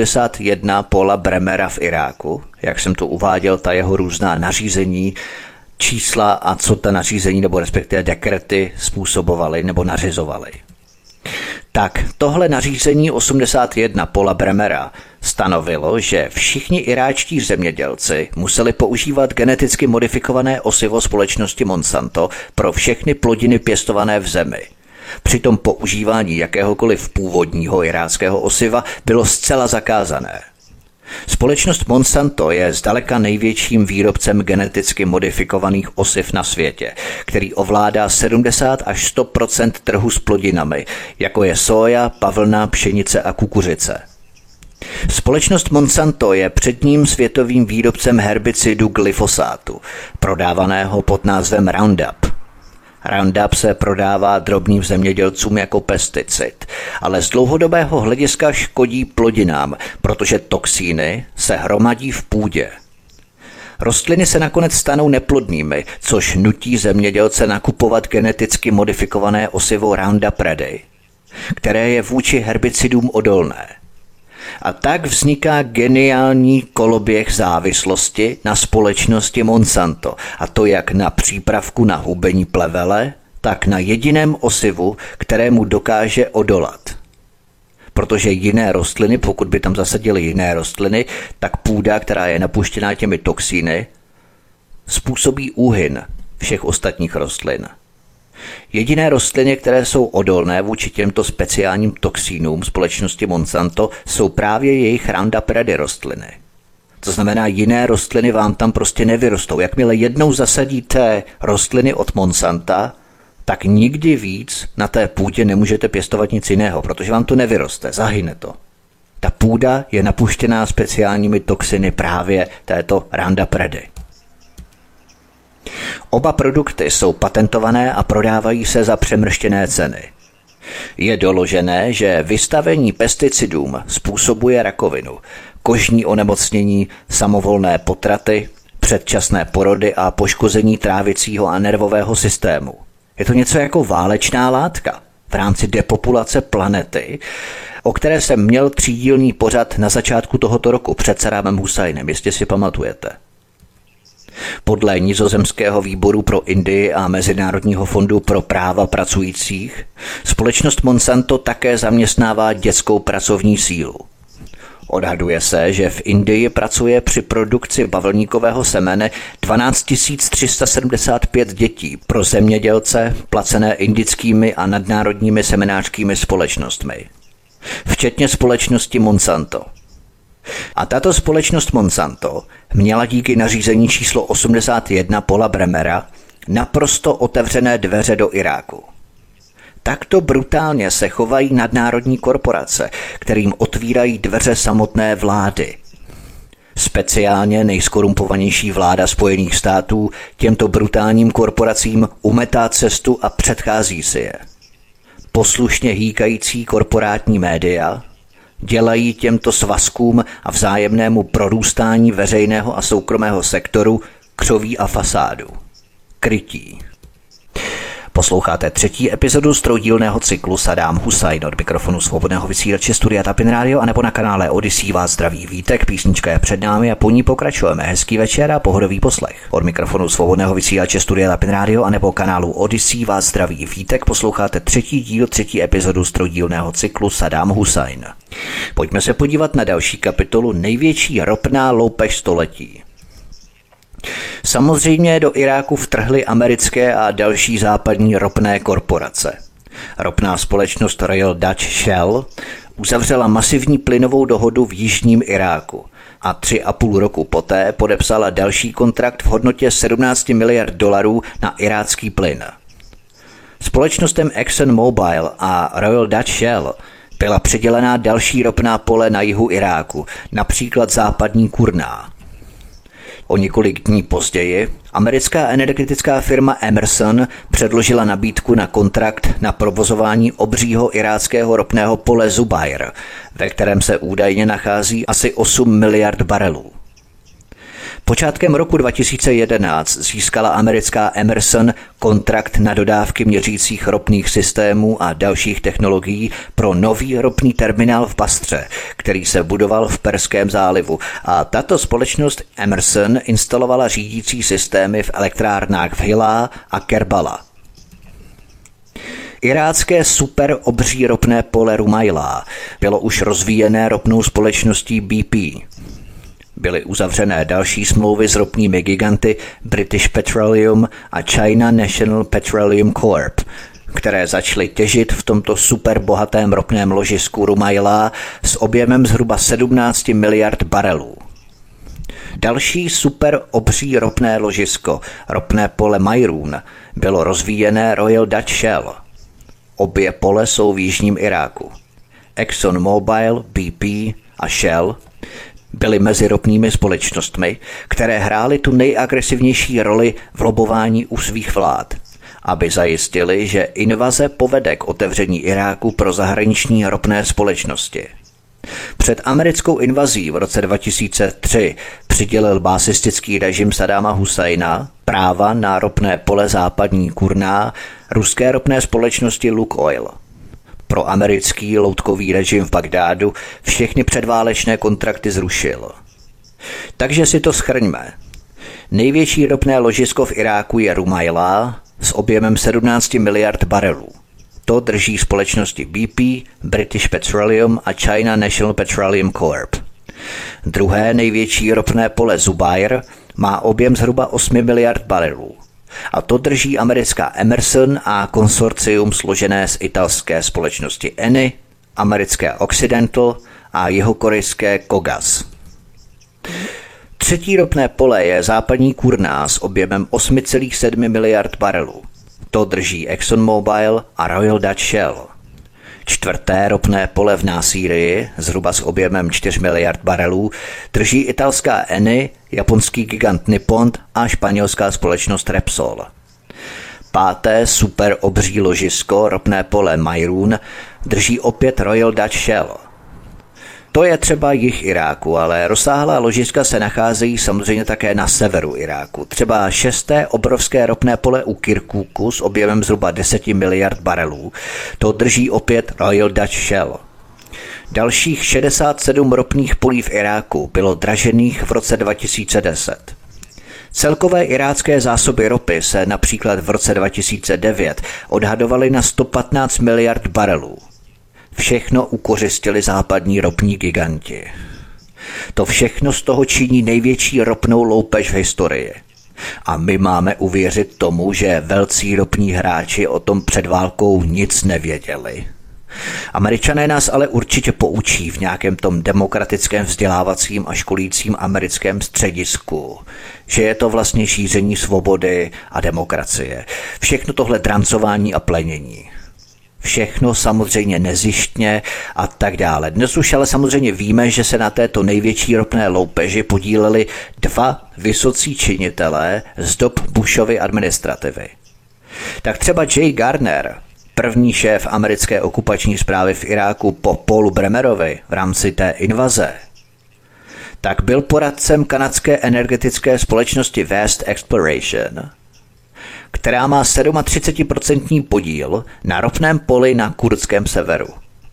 81 Paula Bremera v Iráku? Jak jsem tu uváděl, ta jeho různá nařízení, čísla a co ta nařízení nebo respektive dekrety způsobovaly nebo nařizovaly. Tak tohle nařízení 81 Paula Bremera stanovilo, že všichni iráčtí zemědělci museli používat geneticky modifikované osivo společnosti Monsanto pro všechny plodiny pěstované v zemi. Přitom používání jakéhokoliv původního iráckého osiva bylo zcela zakázané. Společnost Monsanto je zdaleka největším výrobcem geneticky modifikovaných osiv na světě, který ovládá 70 až 100% trhu s plodinami, jako je soja, pavlna, pšenice a kukuřice. Společnost Monsanto je předním světovým výrobcem herbicidu glyfosátu, prodávaného pod názvem Roundup. Roundup se prodává drobným zemědělcům jako pesticid, ale z dlouhodobého hlediska škodí plodinám, protože toxíny se hromadí v půdě. Rostliny se nakonec stanou neplodnými, což nutí zemědělce nakupovat geneticky modifikované osivo Roundup Ready, které je vůči herbicidům odolné. A tak vzniká geniální koloběh závislosti na společnosti Monsanto, a to jak na přípravku na hubení plevele, tak na jediném osivu, kterému dokáže odolat. Protože jiné rostliny, pokud by tam zasadily jiné rostliny, tak půda, která je napuštěná těmi toxíny, způsobí úhyn všech ostatních rostlin. Jediné rostliny, které jsou odolné vůči těmto speciálním toxínům společnosti Monsanto, jsou právě jejich Roundup Ready rostliny. To znamená, jiné rostliny vám tam prostě nevyrostou. Jakmile jednou zasadíte rostliny od Monsanta, tak nikdy víc na té půdě nemůžete pěstovat nic jiného, protože vám to nevyroste, zahyne to. Ta půda je napuštěná speciálními toxiny právě této Roundup Ready. Oba produkty jsou patentované a prodávají se za přemrštěné ceny. Je doložené, že vystavení pesticidům způsobuje rakovinu, kožní onemocnění, samovolné potraty, předčasné porody a poškození trávicího a nervového systému. Je to něco jako válečná látka v rámci depopulace planety, o které jsem měl třídílný pořad na začátku tohoto roku před Sadámem Husajnem, jestli si pamatujete. Podle Nizozemského výboru pro Indii a Mezinárodního fondu pro práva pracujících společnost Monsanto také zaměstnává dětskou pracovní sílu. Odhaduje se, že v Indii pracuje při produkci bavlníkového semene 12 375 dětí pro zemědělce placené indickými a nadnárodními semenářskými společnostmi, včetně společnosti Monsanto. A tato společnost Monsanto měla díky nařízení číslo 81 Paula Bremera naprosto otevřené dveře do Iráku. Takto brutálně se chovají nadnárodní korporace, kterým otvírají dveře samotné vlády. Speciálně nejskorumpovanější vláda Spojených států těmto brutálním korporacím umetá cestu a předchází si je. Poslušně hýkající korporátní média dělají těmto svazkům a vzájemnému prorůstání veřejného a soukromého sektoru křoví a fasádu. Krytí. Posloucháte třetí epizodu z trojdílného cyklu Saddám Husajn. Od mikrofonu svobodného vysílače Studia Tapin Radio a nebo na kanále Odyssey vás zdraví Vítek, písnička je před námi a po ní pokračujeme. Hezký večer a pohodový poslech. Od mikrofonu svobodného vysílače Studia Tapin Radio a nebo kanálu Odyssey vás zdraví Vítek, posloucháte třetí epizodu z trojdílného cyklu Saddám Husajn. Pojďme se podívat na další kapitolu Největší ropná loupež století. Samozřejmě do Iráku vtrhly americké a další západní ropné korporace. Ropná společnost Royal Dutch Shell uzavřela masivní plynovou dohodu v jižním Iráku a 3,5 roku poté podepsala další kontrakt v hodnotě 17 miliard dolarů na irácký plyn. Společnostem ExxonMobil a Royal Dutch Shell byla přidělená další ropná pole na jihu Iráku, například západní Kurná. O několik dní později americká energetická firma Emerson předložila nabídku na kontrakt na provozování obřího iráckého ropného pole Zubair, ve kterém se údajně nachází asi 8 miliard barelů. Počátkem roku 2011 získala americká Emerson kontrakt na dodávky měřících ropných systémů a dalších technologií pro nový ropný terminál v Basře, který se budoval v Perském zálivu, a tato společnost Emerson instalovala řídící systémy v elektrárnách v Hilá a Kerbala. Irácké super obří ropné pole Rumaila bylo už rozvíjené ropnou společností BP. Byly uzavřené další smlouvy s ropnými giganty British Petroleum a China National Petroleum Corp, které začaly těžit v tomto superbohatém ropném ložisku Rumaila s objemem zhruba 17 miliard barelů. Další super obří ropné ložisko, ropné pole Majrún, bylo rozvíjené Royal Dutch Shell. Obě pole jsou v jižním Iráku. ExxonMobil, BP a Shell byly mezi ropnými společnostmi, které hrály tu nejagresivnější roli v lobování u svých vlád, aby zajistili, že invaze povede k otevření Iráku pro zahraniční ropné společnosti. Před americkou invazí v roce 2003 přidělil basistický režim Saddáma Husajna práva na ropné pole západní Kurná ruské ropné společnosti Lukoil. Pro americký loutkový režim v Bagdádu všechny předválečné kontrakty zrušil. Takže si to shrňme. Největší ropné ložisko v Iráku je Rumaila s objemem 17 miliard barelů. To drží společnosti BP, British Petroleum a China National Petroleum Corp. Druhé největší ropné pole Zubair má objem zhruba 8 miliard barelů. A to drží americká Emerson a konsorcium složené z italské společnosti Eni, americké Occidental a jihokorejské Kogas. Třetí ropné pole je západní Kurná s objemem 8,7 miliard barelů. To drží ExxonMobil a Royal Dutch Shell. Čtvrté ropné pole v Násírii, zhruba s objemem 4 miliard barelů, drží italská Eni, japonský gigant Nippon a španělská společnost Repsol. Páté super obří ložisko, ropné pole Majrún, drží opět Royal Dutch Shell. To je třeba jih Iráku, ale rozsáhlá ložiska se nacházejí samozřejmě také na severu Iráku. Třeba šesté obrovské ropné pole u Kirkuku s objemem zhruba 10 miliard barelů. To drží opět Royal Dutch Shell. Dalších 67 ropných polí v Iráku bylo dražených v roce 2010. Celkové irácké zásoby ropy se například v roce 2009 odhadovaly na 115 miliard barelů. Všechno ukořistili západní ropní giganti. To všechno z toho činí největší ropnou loupež v historii. A my máme uvěřit tomu, že velcí ropní hráči o tom před válkou nic nevěděli. Američané nás ale určitě poučí v nějakém tom demokratickém vzdělávacím a školícím americkém středisku, že je to vlastně šíření svobody a demokracie. Všechno tohle drancování a plenění. Všechno samozřejmě nezištně a tak dále. Dnes už ale samozřejmě víme, že se na této největší ropné loupeži podíleli dva vysocí činitelé z dob Bushovy administrativy. Tak třeba Jay Garner, první šéf americké okupační správy v Iráku po Paulu Bremerovi v rámci té invaze, tak byl poradcem kanadské energetické společnosti West Exploration, která má 37% podíl na ropném poli na kurdském severu.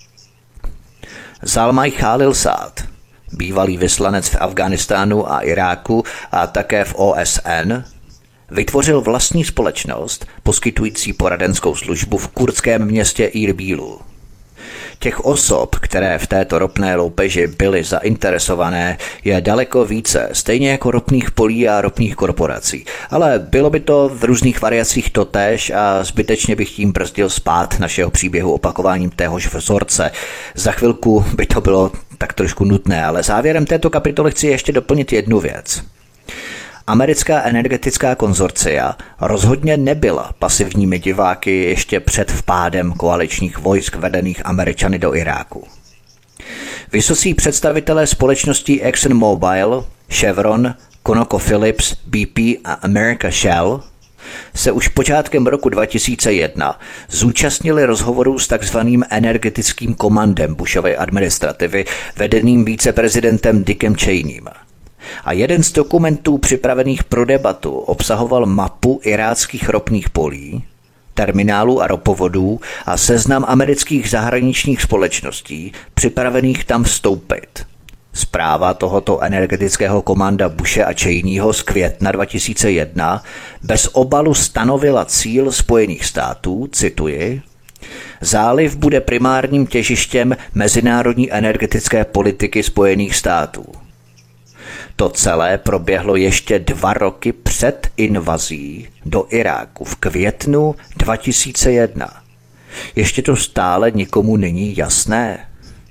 Zalmay Khalilzad, bývalý vyslanec v Afghánistánu a Iráku a také v OSN, vytvořil vlastní společnost poskytující poradenskou službu v kurdském městě Irbílu. Těch osob, které v této ropné loupeži byly zainteresované, je daleko více, stejně jako ropných polí a ropných korporací. Ale bylo by to v různých variacích totéž a zbytečně bych tím brzdil spát našeho příběhu opakováním téhož vzorce. Za chvilku by to bylo tak trošku nutné, ale závěrem této kapitoly chci ještě doplnit jednu věc. Americká energetická konzorcia rozhodně nebyla pasivními diváky ještě před vpádem koaličních vojsk vedených Američany do Iráku. Vysocí představitelé společností ExxonMobil, Chevron, ConocoPhillips, BP a America Shell se už počátkem roku 2001 zúčastnili rozhovorů s takzvaným energetickým komandem Bushovy administrativy vedeným viceprezidentem Dickem Cheneym. A jeden z dokumentů připravených pro debatu obsahoval mapu iráckých ropných polí, terminálů a ropovodů a seznam amerických zahraničních společností připravených tam vstoupit. Zpráva tohoto energetického komanda Bushe a Cheneyho z května 2001 bez obalu stanovila cíl Spojených států, cituji, záliv bude primárním těžištěm mezinárodní energetické politiky Spojených států. To celé proběhlo ještě 2 roky před invazí do Iráku v květnu 2001. Ještě to stále nikomu není jasné.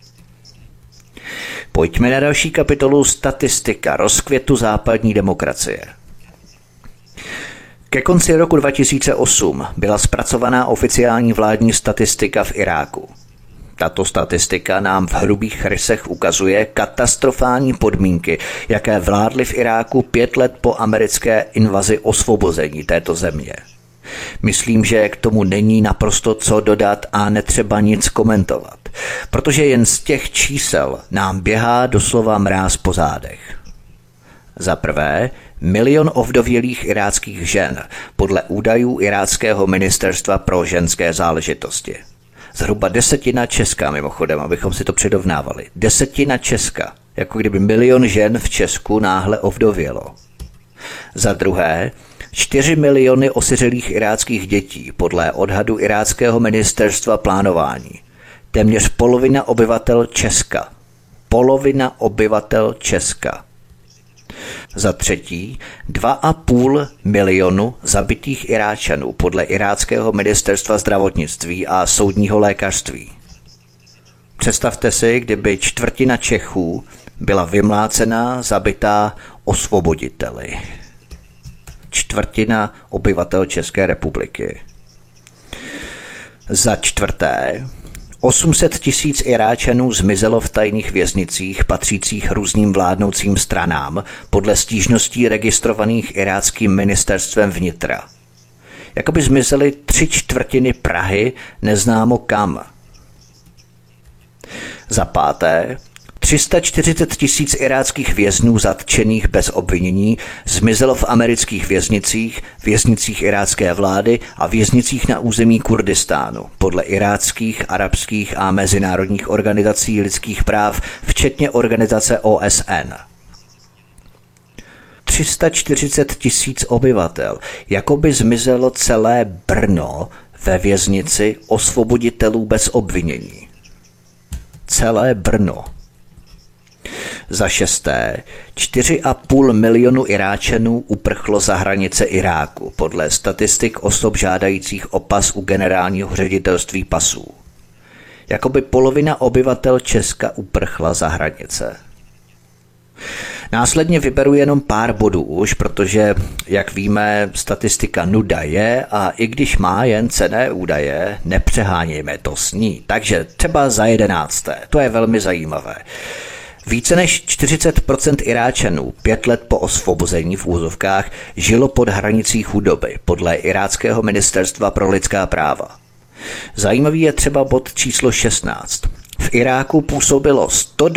Pojďme na další kapitolu Statistika rozkvětu západní demokracie. Ke konci roku 2008 byla zpracovaná oficiální vládní statistika v Iráku. Tato statistika nám v hrubých rysech ukazuje katastrofální podmínky, jaké vládly v Iráku 5 let po americké invazi osvobození této země. Myslím, že k tomu není naprosto co dodat a netřeba nic komentovat, protože jen z těch čísel nám běhá doslova mráz po zádech. Za prvé, 1 milion ovdovělých iráckých žen, podle údajů iráckého ministerstva pro ženské záležitosti. Zhruba 10% Česka, mimochodem, abychom si to přirovnávali. 10% Česka, jako kdyby 1 milion žen v Česku náhle ovdovělo. Za druhé, 4 miliony osiřelých iráckých dětí, podle odhadu iráckého ministerstva plánování. Téměř polovina obyvatel Česka. Polovina obyvatel Česka. Za třetí, 2,5 milionu zabitých Iráčanů podle iráckého ministerstva zdravotnictví a soudního lékařství. Představte si, kdyby 1/4 Čechů byla vymlácená, zabitá osvoboditeli. 1/4 obyvatel České republiky. Za čtvrté, 800 000 Iráčanů zmizelo v tajných věznicích patřících různým vládnoucím stranám podle stížností registrovaných iráckým ministerstvem vnitra. Jakoby zmizely 3/4 Prahy neznámo kam. Za páté, 340 000 iráckých vězňů zatčených bez obvinění zmizelo v amerických věznicích irácké vlády a věznicích na území Kurdistánu podle iráckých, arabských a mezinárodních organizací lidských práv, včetně organizace OSN. 340 000 obyvatel, jako by zmizelo celé Brno ve věznici osvoboditelů bez obvinění. Celé Brno. Za šesté, 4,5 milionu Iráčanů uprchlo za hranice Iráku podle statistik osob žádajících o pas u generálního ředitelství pasů. Jakoby polovina obyvatel Česka uprchla za hranice. Následně vyberu jenom pár bodů už, protože, jak víme, statistika nuda je a i když má jen cenné údaje, nepřehánějme to s ní. Takže třeba za 11. To je velmi zajímavé. Více než 40% Iráčanů 5 let po osvobození v úzovkách žilo pod hranicí chudoby podle iráckého ministerstva pro lidská práva. Zajímavý je třeba bod číslo 16. V Iráku působilo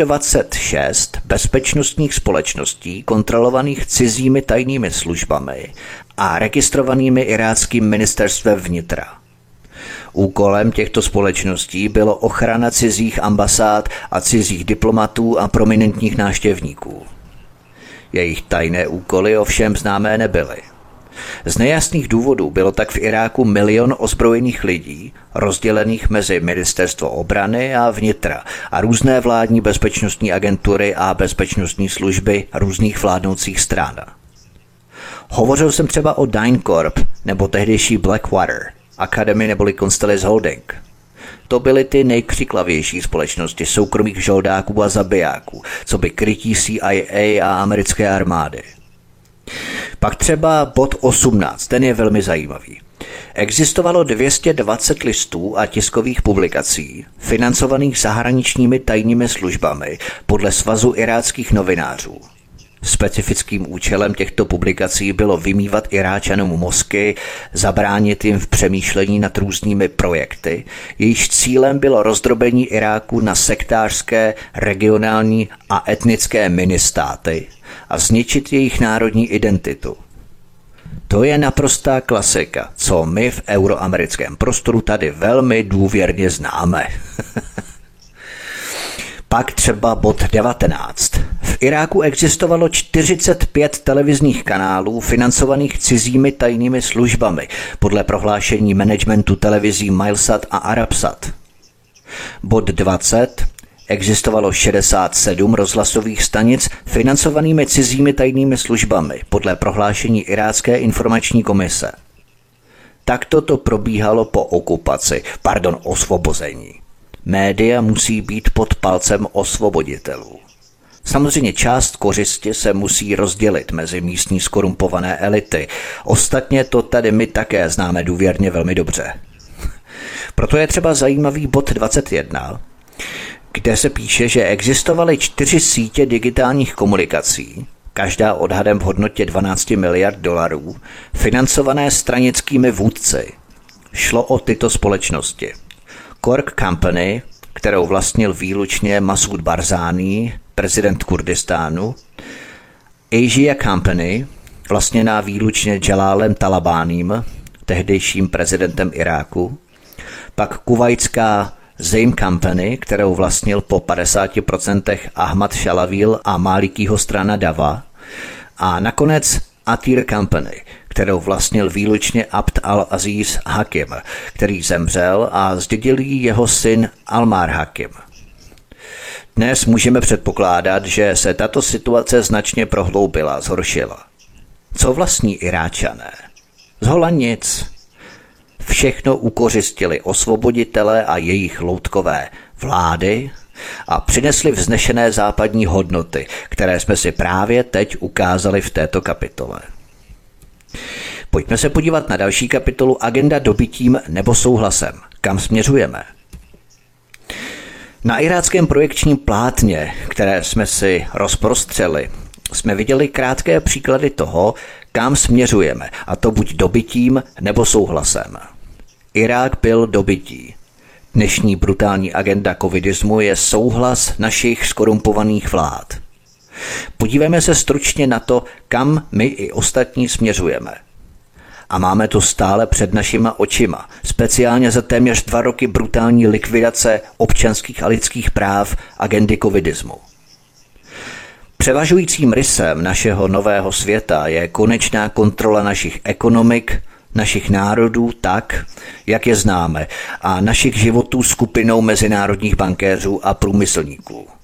126 bezpečnostních společností kontrolovaných cizími tajnými službami a registrovanými iráckým ministerstvem vnitra. Úkolem těchto společností bylo ochrana cizích ambasád a cizích diplomatů a prominentních návštěvníků. Jejich tajné úkoly ovšem známé nebyly. Z nejasných důvodů bylo tak v Iráku 1 milion ozbrojených lidí, rozdělených mezi ministerstvo obrany a vnitra a různé vládní bezpečnostní agentury a bezpečnostní služby různých vládnoucích stran. Hovořil jsem třeba o DynCorp nebo tehdejší Blackwater, Academy neboli Constellis Holding. To byly ty nejkřiklavější společnosti soukromých žoldáků a zabijáků, co by krytí CIA a americké armády. Pak třeba bod 18, ten je velmi zajímavý. Existovalo 220 listů a tiskových publikací, financovaných zahraničními tajnými službami podle Svazu iráckých novinářů. Specifickým účelem těchto publikací bylo vymývat Iráčanům mozky, zabránit jim v přemýšlení nad různými projekty, jejichž cílem bylo rozdrobení Iráku na sektářské, regionální a etnické ministáty a zničit jejich národní identitu. To je naprostá klasika, co my v euroamerickém prostoru tady velmi důvěrně známe. Pak třeba bod 19. V Iráku existovalo 45 televizních kanálů financovaných cizími tajnými službami podle prohlášení managementu televizí Milesat a Arabsat. Bod 20. Existovalo 67 rozhlasových stanic financovanými cizími tajnými službami podle prohlášení Irácké informační komise. Takto to probíhalo po osvobození. Média musí být pod palcem osvoboditelů. Samozřejmě část kořisti se musí rozdělit mezi místní skorumpované elity. Ostatně to tady my také známe důvěrně velmi dobře. Proto je třeba zajímavý bod 21, kde se píše, že existovaly 4 sítě digitálních komunikací, každá odhadem v hodnotě 12 miliard dolarů, financované stranickými vůdci. Šlo o tyto společnosti. Kork Company, kterou vlastnil výlučně Masoud Barzani, prezident Kurdistánu, Asia Company, vlastněná výlučně Jalálem Talabáním, tehdejším prezidentem Iráku, pak kuvajská Zaim Company, kterou vlastnil po 50% Ahmad Šalavil a Málikýho strana Dava, a nakonec Atir Company, kterou vlastnil výlučně Abd al-Aziz Hakim, který zemřel a zdědil ji jeho syn Almar Hakim. Dnes můžeme předpokládat, že se tato situace značně prohloubila, zhoršila. Co vlastní Iráčané? Zhola nic. Všechno ukořistili osvoboditelé a jejich loutkové vlády a přinesli vznešené západní hodnoty, které jsme si právě teď ukázali v této kapitole. Pojďme se podívat na další kapitolu Agenda dobytím nebo souhlasem. Kam směřujeme? Na iráckém projekčním plátně, které jsme si rozprostřeli, jsme viděli krátké příklady toho, kam směřujeme, a to buď dobytím nebo souhlasem. Irák byl dobytí. Dnešní brutální agenda covidismu je souhlas našich skorumpovaných vlád. Podívejme se stručně na to, kam my i ostatní směřujeme. A máme to stále před našima očima, speciálně za téměř 2 roky brutální likvidace občanských a lidských práv agendy covidismu. Převažujícím rysem našeho nového světa je konečná kontrola našich ekonomik, našich národů tak, jak je známe, a našich životů skupinou mezinárodních bankéřů a průmyslníků.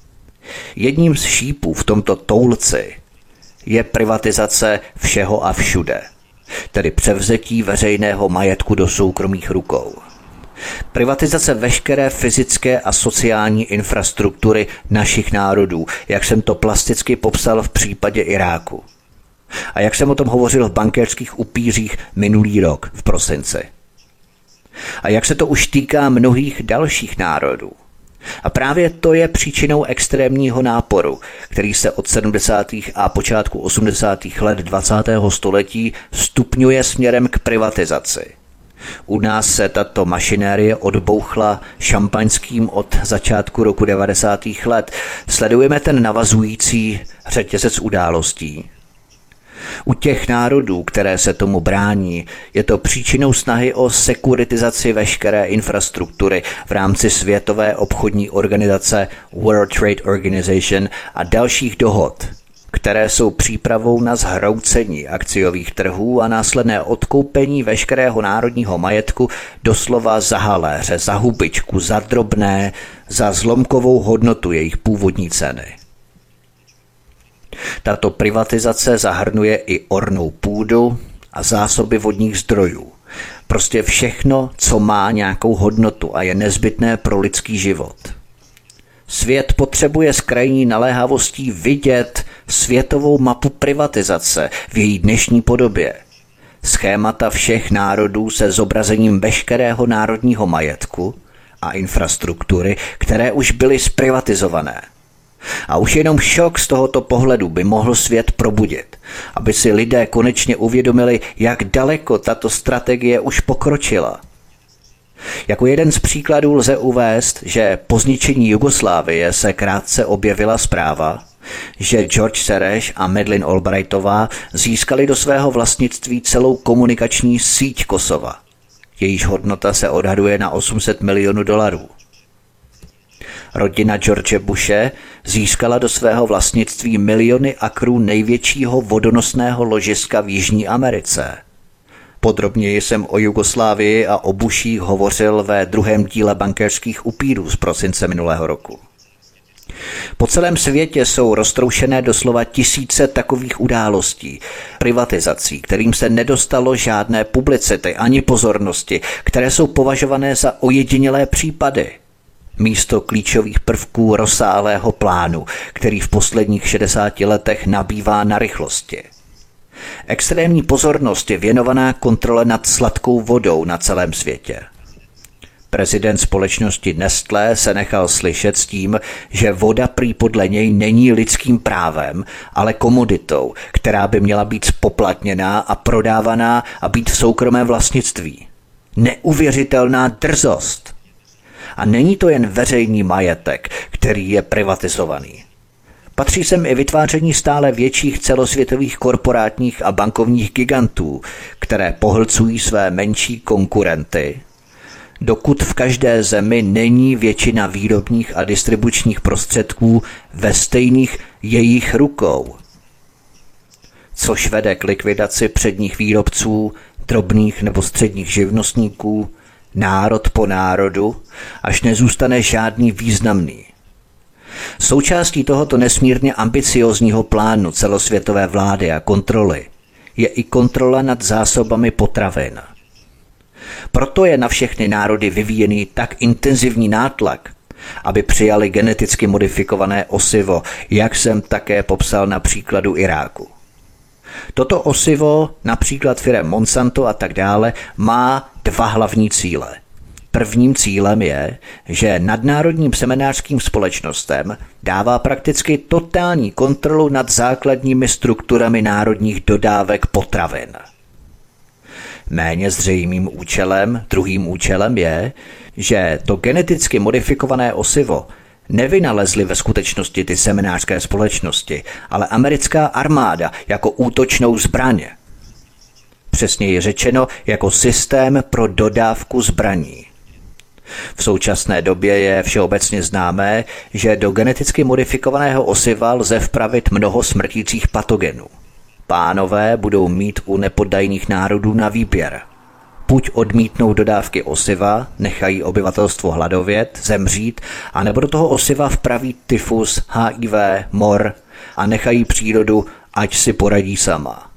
Jedním z šípů v tomto toulci je privatizace všeho a všude, tedy převzetí veřejného majetku do soukromých rukou. Privatizace veškeré fyzické a sociální infrastruktury našich národů, jak jsem to plasticky popsal v případě Iráku. A jak jsem o tom hovořil v Bankéřských upířích minulý rok v prosinci. A jak se to už týká mnohých dalších národů. A právě to je příčinou extrémního náporu, který se od 70. a počátku 80. let 20. století stupňuje směrem k privatizaci. U nás se tato mašinérie odbouchla šampaňským od začátku roku 90. let. Sledujeme ten navazující řetězec událostí. U těch národů, které se tomu brání, je to příčinou snahy o sekuritizaci veškeré infrastruktury v rámci Světové obchodní organizace World Trade Organization a dalších dohod, které jsou přípravou na zhroucení akciových trhů a následné odkoupení veškerého národního majetku doslova za haléře, za hubičku, za drobné, za zlomkovou hodnotu jejich původní ceny. Tato privatizace zahrnuje i ornou půdu a zásoby vodních zdrojů. Prostě všechno, co má nějakou hodnotu a je nezbytné pro lidský život. Svět potřebuje s krajní naléhavostí vidět světovou mapu privatizace v její dnešní podobě. Schémata všech národů se zobrazením veškerého národního majetku a infrastruktury, které už byly zprivatizované. A už jenom šok z tohoto pohledu by mohl svět probudit, aby si lidé konečně uvědomili, jak daleko tato strategie už pokročila. Jako jeden z příkladů lze uvést, že po zničení Jugoslávie se krátce objevila zpráva, že George Soros a Madeleine Albrightová získali do svého vlastnictví celou komunikační síť Kosova. Jejíž hodnota se odhaduje na $800 milionů. Rodina George Bushe získala do svého vlastnictví miliony akrů největšího vodonosného ložiska v Jižní Americe. Podrobněji jsem o Jugoslávii a o Bushích hovořil ve druhém díle Bankéřských upírů z prosince minulého roku. Po celém světě jsou roztroušené doslova tisíce takových událostí, privatizací, kterým se nedostalo žádné publicity ani pozornosti, které jsou považované za ojedinělé případy. Místo klíčových prvků rozsáhlého plánu, který v posledních 60 letech nabývá na rychlosti. Extrémní pozornost je věnovaná kontrole nad sladkou vodou na celém světě. Prezident společnosti Nestlé se nechal slyšet s tím, že voda prý podle něj není lidským právem, ale komoditou, která by měla být spoplatněná a prodávaná a být v soukromém vlastnictví. Neuvěřitelná drzost! A není to jen veřejný majetek, který je privatizovaný. Patří sem i vytváření stále větších celosvětových korporátních a bankovních gigantů, které pohlcují své menší konkurenty, dokud v každé zemi není většina výrobních a distribučních prostředků ve stejných jejich rukou. Což vede k likvidaci předních výrobců, drobných nebo středních živnostníků, národ po národu, až nezůstane žádný významný. Součástí tohoto nesmírně ambiciózního plánu celosvětové vlády a kontroly je i kontrola nad zásobami potravin. Proto je na všechny národy vyvíjený tak intenzivní nátlak, aby přijali geneticky modifikované osivo, jak jsem také popsal na příkladu Iráku. Toto osivo, například firem Monsanto a tak dále, má dva hlavní cíle. Prvním cílem je, že nadnárodním semenářským společnostem dává prakticky totální kontrolu nad základními strukturami národních dodávek potravin. Méně zřejmým účelem, druhým účelem je, že to geneticky modifikované osivo nevynalezly ve skutečnosti ty seminářské společnosti, ale americká armáda jako útočnou zbraň. Přesněji řečeno jako systém pro dodávku zbraní. V současné době je všeobecně známé, že do geneticky modifikovaného osiva lze vpravit mnoho smrtících patogenů. Pánové budou mít u nepoddajných národů na výběr. buď odmítnou dodávky osiva, nechají obyvatelstvo hladovět, zemřít, anebo do toho osiva vpraví tyfus, HIV, mor a nechají přírodu, ať si poradí sama.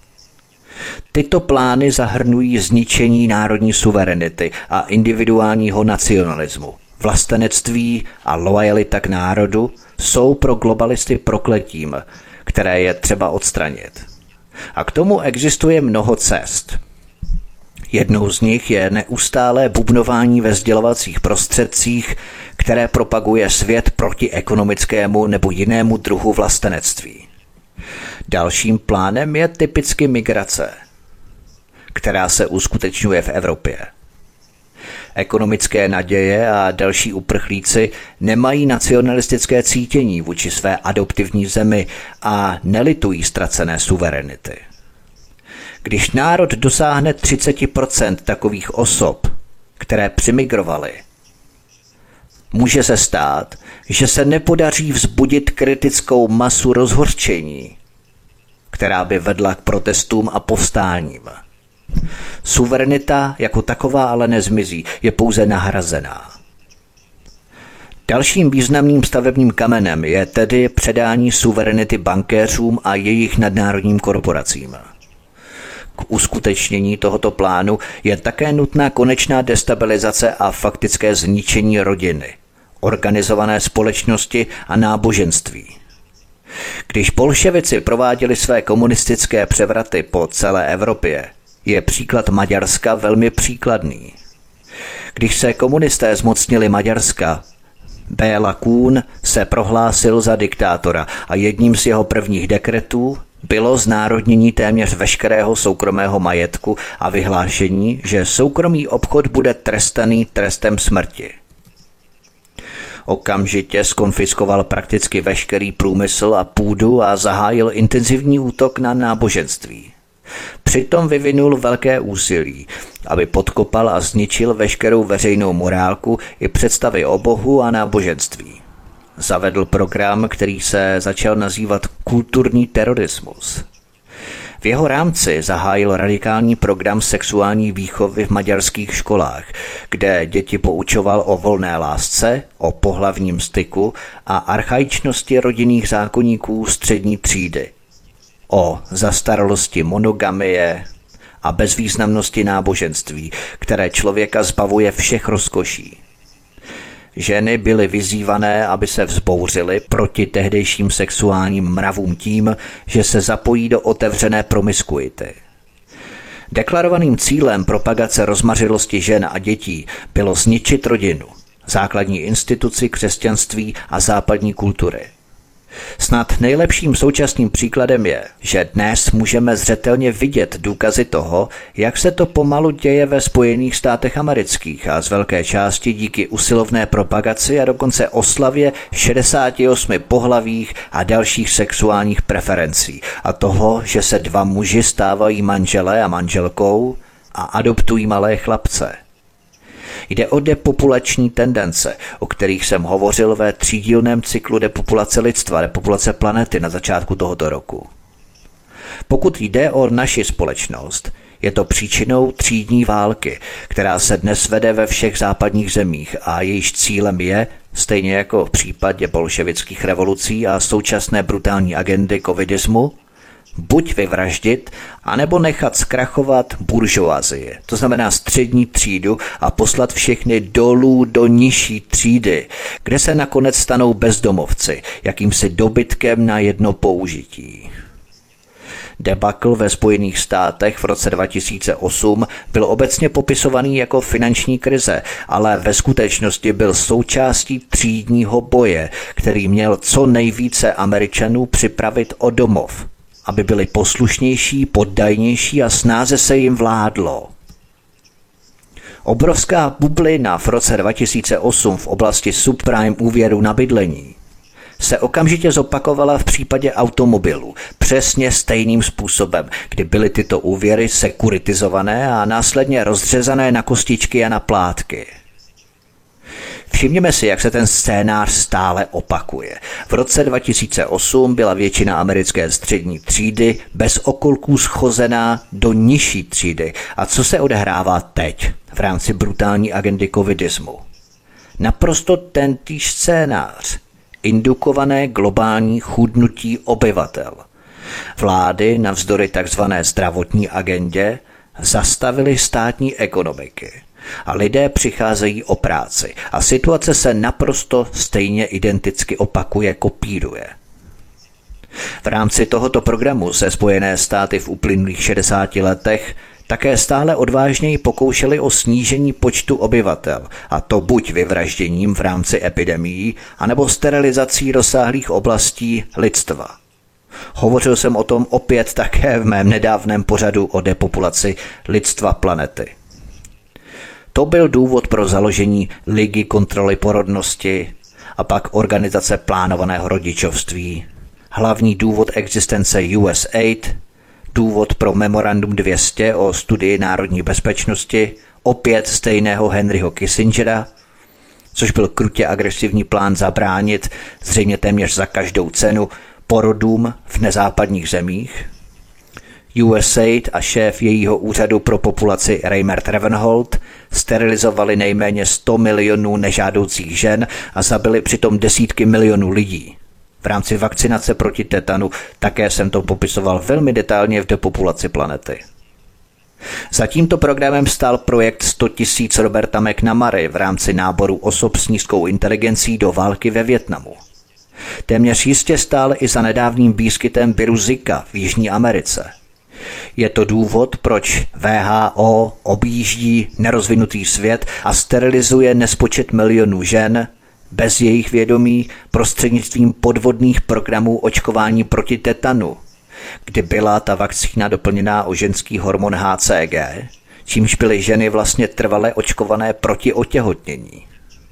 Tyto plány zahrnují zničení národní suverenity a individuálního nacionalismu. Vlastenectví a loajalita k národu jsou pro globalisty prokletím, které je třeba odstranit. A k tomu existuje mnoho cest. Jednou z nich je neustálé bubnování ve sdělovacích prostředcích, které propaguje svět proti ekonomickému nebo jinému druhu vlastenectví. Dalším plánem je typicky migrace, která se uskutečňuje v Evropě. Ekonomické naděje a další uprchlíci nemají nacionalistické cítění vůči své adoptivní zemi a nelitují ztracené suverenity. Když národ dosáhne 30% takových osob, které přimigrovaly, může se stát, že se nepodaří vzbudit kritickou masu rozhořčení, která by vedla k protestům a povstáním. Suverenita jako taková ale nezmizí, je pouze nahrazená. Dalším významným stavebním kamenem je tedy předání suverenity bankéřům a jejich nadnárodním korporacím. K uskutečnění tohoto plánu je také nutná konečná destabilizace a faktické zničení rodiny, organizované společnosti a náboženství. Když bolševici prováděli své komunistické převraty po celé Evropě, je příklad Maďarska velmi příkladný. Když se komunisté zmocnili Maďarska, Béla Kun se prohlásil za diktátora a jedním z jeho prvních dekretů bylo znárodnění téměř veškerého soukromého majetku a vyhlášení, že soukromý obchod bude trestaný trestem smrti. Okamžitě zkonfiskoval prakticky veškerý průmysl a půdu a zahájil intenzivní útok na náboženství. Přitom vyvinul velké úsilí, aby podkopal a zničil veškerou veřejnou morálku i představy o Bohu a náboženství. Zavedl program, který se začal nazývat kulturní terorismus. V jeho rámci zahájil radikální program sexuální výchovy v maďarských školách, kde děti poučoval o volné lásce, o pohlavním styku a archaičnosti rodinných zákoníků střední třídy, o zastaralosti monogamie a bezvýznamnosti náboženství, které člověka zbavuje všech rozkoší. Ženy byly vyzývané, aby se vzbouřily proti tehdejším sexuálním mravům tím, že se zapojí do otevřené promiskuity. Deklarovaným cílem propagace rozmařilosti žen a dětí bylo zničit rodinu, základní instituci křesťanství a západní kultury. Snad nejlepším současným příkladem je, že dnes můžeme zřetelně vidět důkazy toho, jak se to pomalu děje ve Spojených státech amerických a z velké části díky usilovné propagaci a dokonce oslavě 68 pohlavích a dalších sexuálních preferencí a toho, že se dva muži stávají manželé a manželkou a adoptují malé chlapce. Jde o depopulační tendence, o kterých jsem hovořil ve třídílném cyklu Depopulace lidstva, depopulace planety na začátku tohoto roku. Pokud jde o naši společnost, je to příčinou třídní války, která se dnes vede ve všech západních zemích a jejíž cílem je, stejně jako v případě bolševických revolucí a současné brutální agendy covidismu, buď vyvraždit, anebo nechat zkrachovat buržoazii, to znamená střední třídu a poslat všechny dolů do nižší třídy, kde se nakonec stanou bezdomovci, jakýmsi dobytkem na jedno použití. Debakl ve Spojených státech v roce 2008 byl obecně popisovaný jako finanční krize, ale ve skutečnosti byl součástí třídního boje, který měl co nejvíce Američanů připravit o domov, aby byli poslušnější, poddajnější a snáze se jim vládlo. Obrovská bublina v roce 2008 v oblasti subprime úvěru na bydlení se okamžitě zopakovala v případě automobilů přesně stejným způsobem, kdy byly tyto úvěry sekuritizované a následně rozřezané na kostičky a na plátky. Všimněme si, jak se ten scénář stále opakuje. V roce 2008 byla většina americké střední třídy bez okolků schozená do nižší třídy. A co se odehrává teď v rámci brutální agendy covidismu? Naprosto tentýž scénář. Indukované globální chudnutí obyvatel. Vlády navzdory takzvané zdravotní agendě zastavily státní ekonomiky a lidé přicházejí o práci a situace se naprosto stejně identicky opakuje, kopíruje. V rámci tohoto programu se Spojené státy v uplynulých 60 letech také stále odvážněji pokoušeli o snížení počtu obyvatel, a to buď vyvražděním v rámci epidemií, anebo sterilizací rozsáhlých oblastí lidstva. Hovořil jsem o tom opět také v mém nedávném pořadu o depopulaci lidstva planety. To byl důvod pro založení Ligy kontroly porodnosti a pak organizace plánovaného rodičovství, hlavní důvod existence USAID, důvod pro Memorandum 200 o studii národní bezpečnosti, opět stejného Henryho Kissingera, což byl krutě agresivní plán zabránit, zřejmě téměř za každou cenu, porodům v nezápadních zemích. USAID a šéf jejího úřadu pro populaci Raymond Ravenholt sterilizovali nejméně 100 milionů nežádoucích žen a zabili přitom desítky milionů lidí. V rámci vakcinace proti tetanu také jsem to popisoval velmi detailně v depopulaci planety. Za tímto programem stál projekt 100 000 Roberta McNamary v rámci náboru osob s nízkou inteligencí do války ve Vietnamu. Téměř jistě stál i za nedávným výskytem viru Zika v Jižní Americe. Je to důvod, proč WHO objíždí nerozvinutý svět a sterilizuje nespočet milionů žen bez jejich vědomí prostřednictvím podvodných programů očkování proti tetanu, kdy byla ta vakcína doplněná o ženský hormon HCG, čímž byly ženy vlastně trvale očkované proti otěhotnění.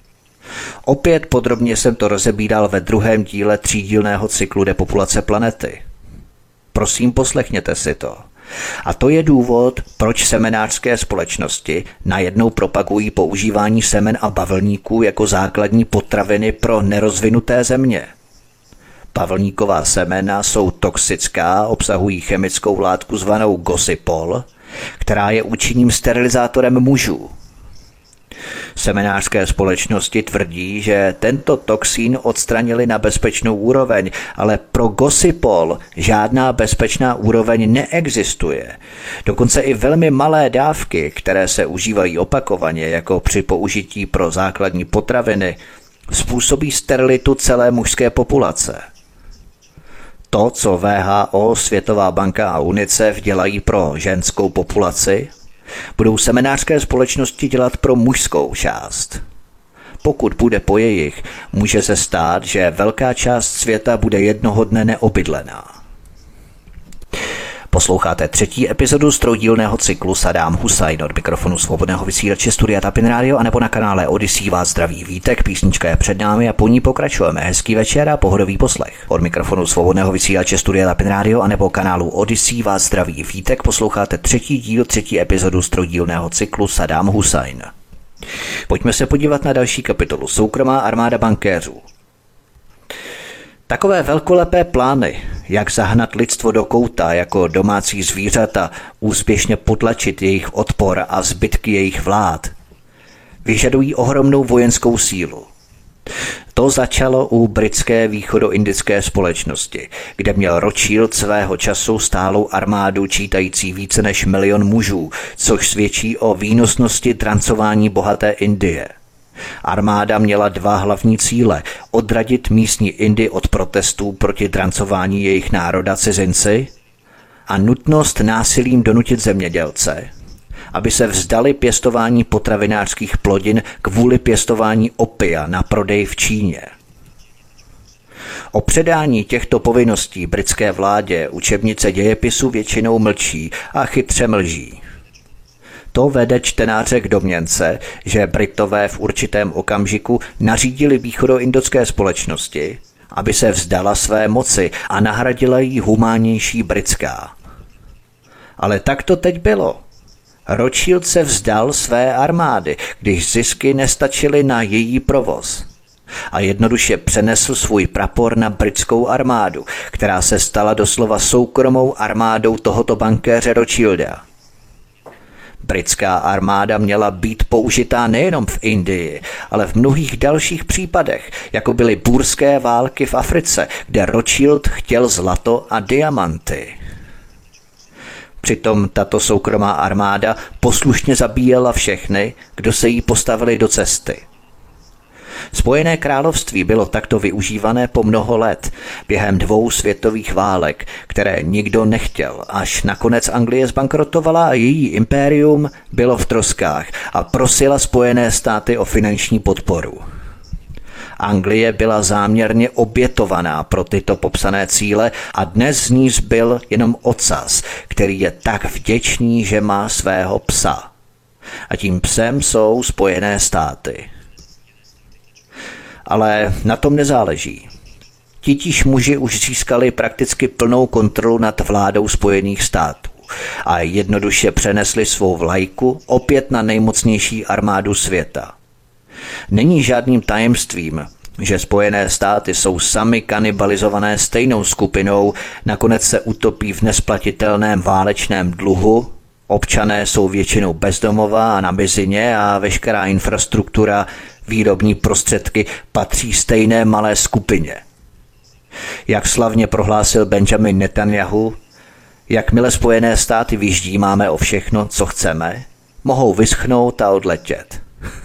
Opět podrobně jsem to rozebíral ve druhém díle třídílného cyklu depopulace planety. Prosím, poslechněte si to. A to je důvod, proč semenářské společnosti najednou propagují používání semen a bavlníků jako základní potraviny pro nerozvinuté země. Bavlníková semena jsou toxická, obsahují chemickou látku zvanou gossypol, která je účinným sterilizátorem mužů. Semenářské společnosti tvrdí, že tento toxín odstranili na bezpečnou úroveň, ale pro gossypol žádná bezpečná úroveň neexistuje. Dokonce i velmi malé dávky, které se užívají opakovaně, jako při použití pro základní potraviny, způsobí sterilitu celé mužské populace. To, co WHO, Světová banka a UNICEF dělají pro ženskou populaci, budou semenářské společnosti dělat pro mužskou část. Pokud bude po jejich, může se stát, že velká část světa bude jednoho dne neobydlená. Posloucháte třetí epizodu z trojdílného cyklu Saddam Husajn. Od mikrofonu svobodného vysílače Studia Tapin Radio anebo na kanále Odyssey vás zdraví Vítek, písnička je před námi a po ní pokračujeme. Hezký večer a pohodový poslech. Od mikrofonu svobodného vysílače Studia Tapin Radio anebo kanálu Odyssey vás zdraví Vítek, posloucháte třetí epizodu z trojdílného cyklu Saddam Husajn. Pojďme se podívat na další kapitolu. Soukromá armáda bankéřů. Takové velkolepé plány, jak zahnat lidstvo do kouta jako domácí zvířata, úspěšně potlačit jejich odpor a zbytky jejich vlád, vyžadují ohromnou vojenskou sílu. To začalo u britské východoindické společnosti, kde měl Rothschild svého času stálou armádu čítající více než 1 000 000 mužů, což svědčí o výnosnosti drancování bohaté Indie. Armáda měla 2 hlavní cíle: odradit místní Indy od protestů proti drancování jejich národa cizinci a nutnost násilím donutit zemědělce, aby se vzdali pěstování potravinářských plodin kvůli pěstování opia na prodej v Číně. O předání těchto povinností britské vládě učebnice dějepisu většinou mlčí a chytře mlží. To vede čtenáře k domněnce, že Britové v určitém okamžiku nařídili východoindocké společnosti, aby se vzdala své moci a nahradila jí humánnější britská. Ale tak to teď bylo. Rothschild se vzdal své armády, když zisky nestačily na její provoz. A jednoduše přenesl svůj prapor na britskou armádu, která se stala doslova soukromou armádou tohoto bankéře Rothschilda. Britská armáda měla být použitá nejenom v Indii, ale v mnohých dalších případech, jako byly bůrské války v Africe, kde Rothschild chtěl zlato a diamanty. Přitom tato soukromá armáda poslušně zabíjela všechny, kdo se jí postavili do cesty. Spojené království bylo takto využívané po mnoho let, během 2 světových válek, které nikdo nechtěl, až nakonec Anglie zbankrotovala a její impérium bylo v troskách a prosila Spojené státy o finanční podporu. Anglie byla záměrně obětovaná pro tyto popsané cíle a dnes z ní zbyl jenom ocas, který je tak vděčný, že má svého psa. A tím psem jsou Spojené státy. Ale na tom nezáleží. Titíž muži už získali prakticky plnou kontrolu nad vládou Spojených států a jednoduše přenesli svou vlajku opět na nejmocnější armádu světa. Není žádným tajemstvím, že Spojené státy jsou sami kanibalizované stejnou skupinou, nakonec se utopí v nesplatitelném válečném dluhu, občané jsou většinou bezdomová a na mizině a veškerá infrastruktura, výrobní prostředky patří stejné malé skupině. Jak slavně prohlásil Benjamin Netanyahu, jakmile Spojené státy vyždímáme o všechno, co chceme, mohou vyschnout a odletět.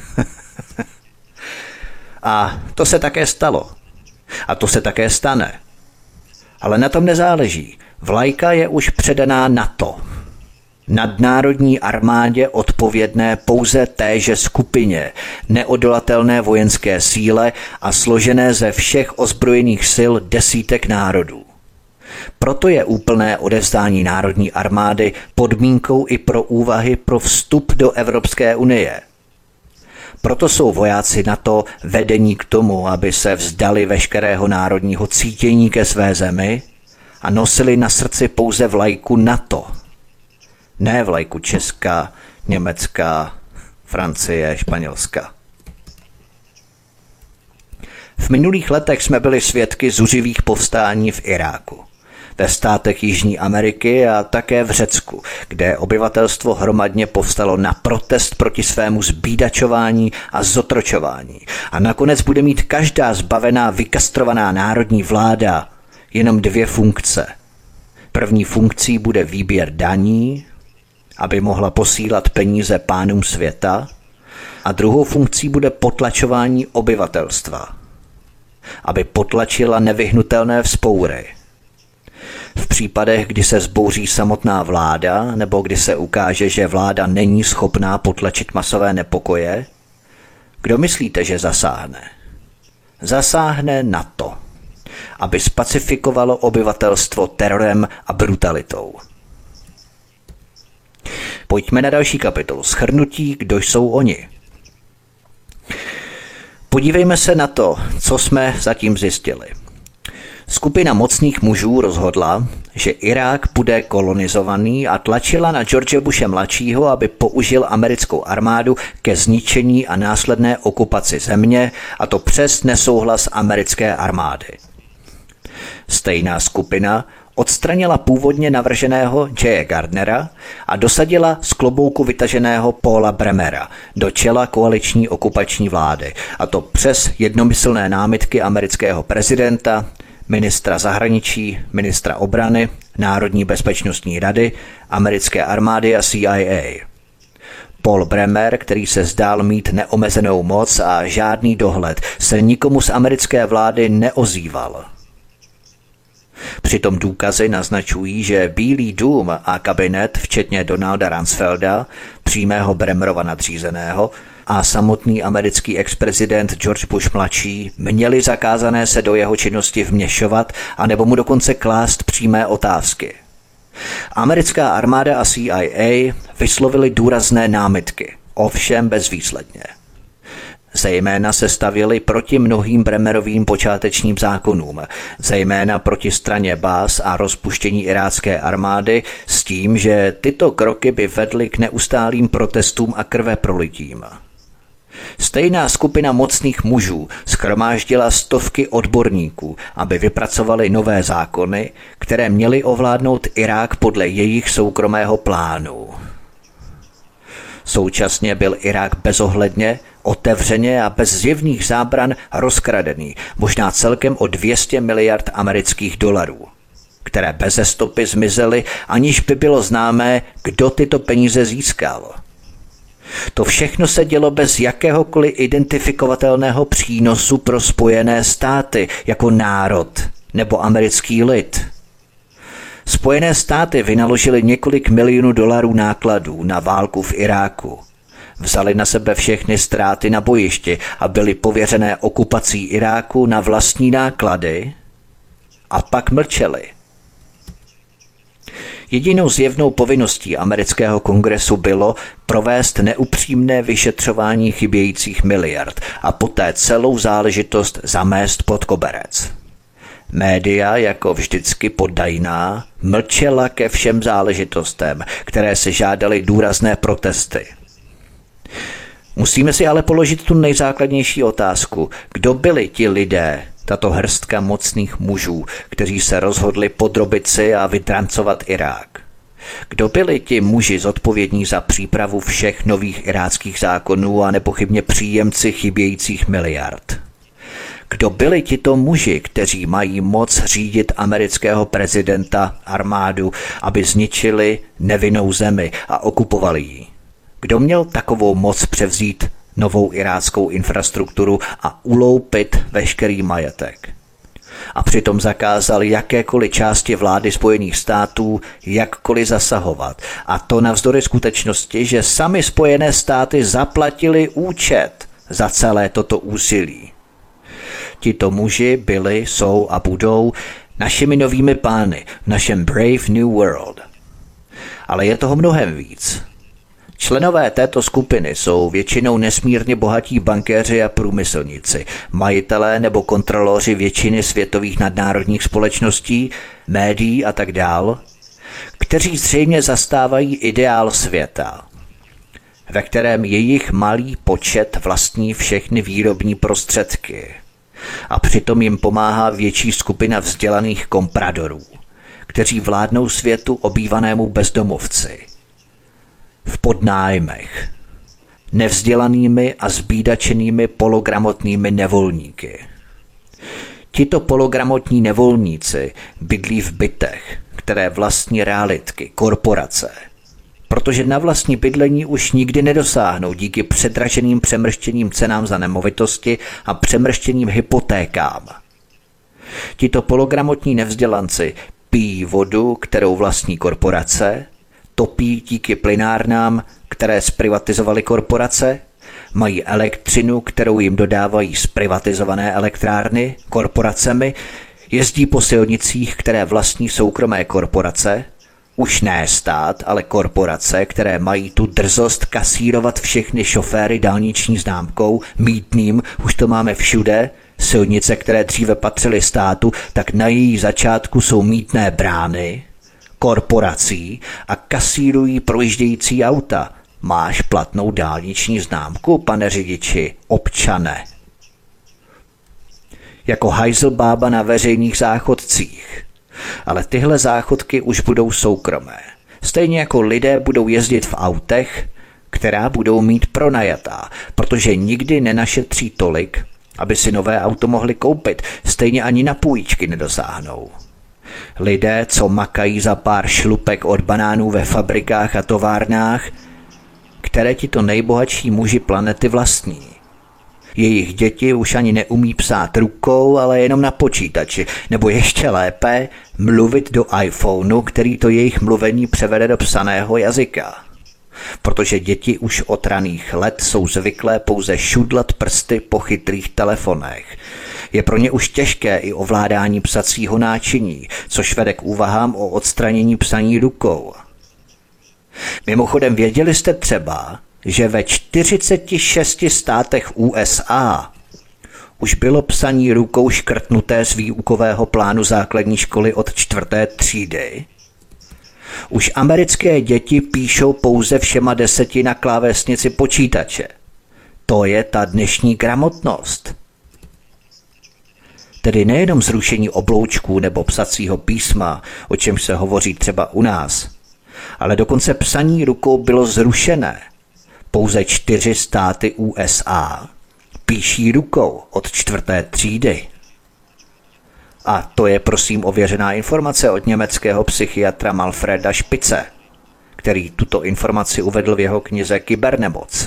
A to se také stalo. A to se také stane. Ale na tom nezáleží. Vlajka je už předaná NATO. Nadnárodní armádě odpovědné pouze téže skupině, neodolatelné vojenské síle a složené ze všech ozbrojených sil desítek národů. Proto je úplné odevzdání národní armády podmínkou i pro úvahy pro vstup do Evropské unie. Proto jsou vojáci NATO vedení k tomu, aby se vzdali veškerého národního cítění ke své zemi a nosili na srdci pouze vlajku NATO. Ne vlajku Česka, Německa, Francie, Španělska. V minulých letech jsme byli svědky zuřivých povstání v Iráku, ve státech Jižní Ameriky a také v Řecku, kde obyvatelstvo hromadně povstalo na protest proti svému zbídačování a zotročování. A nakonec bude mít každá zbavená, vykastrovaná národní vláda jenom 2 funkce. První funkcí bude výběr daní, aby mohla posílat peníze pánům světa, a druhou funkcí bude potlačování obyvatelstva, aby potlačila nevyhnutelné vzpoury. V případech, kdy se zbouří samotná vláda, nebo kdy se ukáže, že vláda není schopná potlačit masové nepokoje, kdo myslíte, že zasáhne? Zasáhne NATO, aby spacifikovalo obyvatelstvo terorem a brutalitou. Pojďme na další kapitolu. Shrnutí, kdo jsou oni. Podívejme se na to, co jsme zatím zjistili. Skupina mocných mužů rozhodla, že Irák bude kolonizovaný a tlačila na George Bushe mladšího, aby použil americkou armádu ke zničení a následné okupaci země, a to přes nesouhlas americké armády. Stejná skupina odstranila původně navrženého J. Gardnera a dosadila z klobouku vytaženého Paula Bremera do čela koaliční okupační vlády, a to přes jednomyslné námitky amerického prezidenta, ministra zahraničí, ministra obrany, Národní bezpečnostní rady, americké armády a CIA. Paul Bremer, který se zdál mít neomezenou moc a žádný dohled, se nikomu z americké vlády neozýval. Přitom důkazy naznačují, že Bílý dům a kabinet, včetně Donalda Rumsfelda, přímého Bremerova nadřízeného, a samotný americký ex-prezident George Bush mladší měli zakázané se do jeho činnosti vměšovat anebo mu dokonce klást přímé otázky. Americká armáda a CIA vyslovili důrazné námitky, ovšem bezvýsledně. Zejména se stavěli proti mnohým Bremerovým počátečním zákonům, zejména proti straně Baas a rozpuštění irácké armády s tím, že tyto kroky by vedly k neustálým protestům a krveprolitím. Stejná skupina mocných mužů shromáždila stovky odborníků, aby vypracovali nové zákony, které měly ovládnout Irák podle jejich soukromého plánu. Současně byl Irák bezohledně, otevřeně a bez zjevných zábran rozkradený, možná celkem o 200 miliard amerických dolarů, které beze stopy zmizely, aniž by bylo známé, kdo tyto peníze získal. To všechno se dělo bez jakéhokoliv identifikovatelného přínosu pro Spojené státy jako národ nebo americký lid. Spojené státy vynaložily několik milionů dolarů nákladů na válku v Iráku. Vzali na sebe všechny ztráty na bojišti a byly pověřené okupací Iráku na vlastní náklady a pak mlčeli. Jedinou zjevnou povinností amerického kongresu bylo provést neupřímné vyšetřování chybějících miliard a poté celou záležitost zamést pod koberec. Média, jako vždycky poddajná, mlčela ke všem záležitostem, které se žádaly důrazné protesty. Musíme si ale položit tu nejzákladnější otázku. Kdo byli ti lidé, tato hrstka mocných mužů, kteří se rozhodli podrobit si a vytrancovat Irák? Kdo byli ti muži zodpovědní za přípravu všech nových iráckých zákonů a nepochybně příjemci chybějících miliard? Kdo byli tito muži, kteří mají moc řídit amerického prezidenta, armádu, aby zničili nevinnou zemi a okupovali ji? Kdo měl takovou moc převzít novou iráckou infrastrukturu a uloupit veškerý majetek? A přitom zakázal jakékoliv části vlády Spojených států jakkoliv zasahovat. A to navzdory skutečnosti, že sami Spojené státy zaplatili účet za celé toto úsilí. Tito muži byli, jsou a budou našimi novými pány v našem Brave New World. Ale je toho mnohem víc. Členové této skupiny jsou většinou nesmírně bohatí bankéři a průmyslníci, majitelé nebo kontroloři většiny světových nadnárodních společností, médií a tak dál, kteří zřejmě zastávají ideál světa, ve kterém jejich malý počet vlastní všechny výrobní prostředky a přitom jim pomáhá větší skupina vzdělaných kompradorů, kteří vládnou světu obývanému bezdomovci, v podnájmech, nevzdělanými a zbídačenými pologramotnými nevolníky. Tito pologramotní nevolníci bydlí v bytech, které vlastní realitky, korporace, protože na vlastní bydlení už nikdy nedosáhnou díky předraženým přemrštěným cenám za nemovitosti a přemrštěným hypotékám. Tito pologramotní nevzdělanci pijí vodu, kterou vlastní korporace, topí díky plynárnám, které zprivatizovaly korporace, mají elektřinu, kterou jim dodávají zprivatizované elektrárny korporacemi, jezdí po silnicích, které vlastní soukromé korporace, už ne stát, ale korporace, které mají tu drzost kasírovat všechny šoféry dálniční známkou, mýtným, už to máme všude. Silnice, které dříve patřily státu, tak na její začátku jsou mýtné brány korporací a kasírují projíždějící auta. Máš platnou dálniční známku, pane řidiči, občane? Jako hajzlbába na veřejných záchodcích. Ale tyhle záchodky už budou soukromé. Stejně jako lidé budou jezdit v autech, která budou mít pronajatá, protože nikdy nenašetří tolik, aby si nové auto mohli koupit, stejně ani na půjčky nedosáhnou. Lidé, co makají za pár šlupek od banánů ve fabrikách a továrnách, které tito nejbohatší muži planety vlastní. Jejich děti už ani neumí psát rukou, ale jenom na počítači, nebo ještě lépe mluvit do iPhoneu, který to jejich mluvení převede do psaného jazyka. Protože děti už od raných let jsou zvyklé pouze šudlat prsty po chytrých telefonech. Je pro ně už těžké i ovládání psacího náčiní, což vede k úvahám o odstranění psaní rukou. Mimochodem věděli jste třeba, že ve 46 státech USA už bylo psaní rukou škrtnuté z výukového plánu základní školy od 4. třídy. Už americké děti píšou pouze všema 10 na klávesnici počítače. To je ta dnešní gramotnost. Tedy nejenom zrušení obloučků nebo psacího písma, o čemž se hovoří třeba u nás, ale dokonce psaní rukou bylo zrušené. Pouze 4 státy USA píší rukou od 4. třídy. A to je prosím ověřená informace od německého psychiatra Manfreda Spitze, který tuto informaci uvedl v jeho knize Kybernemoc.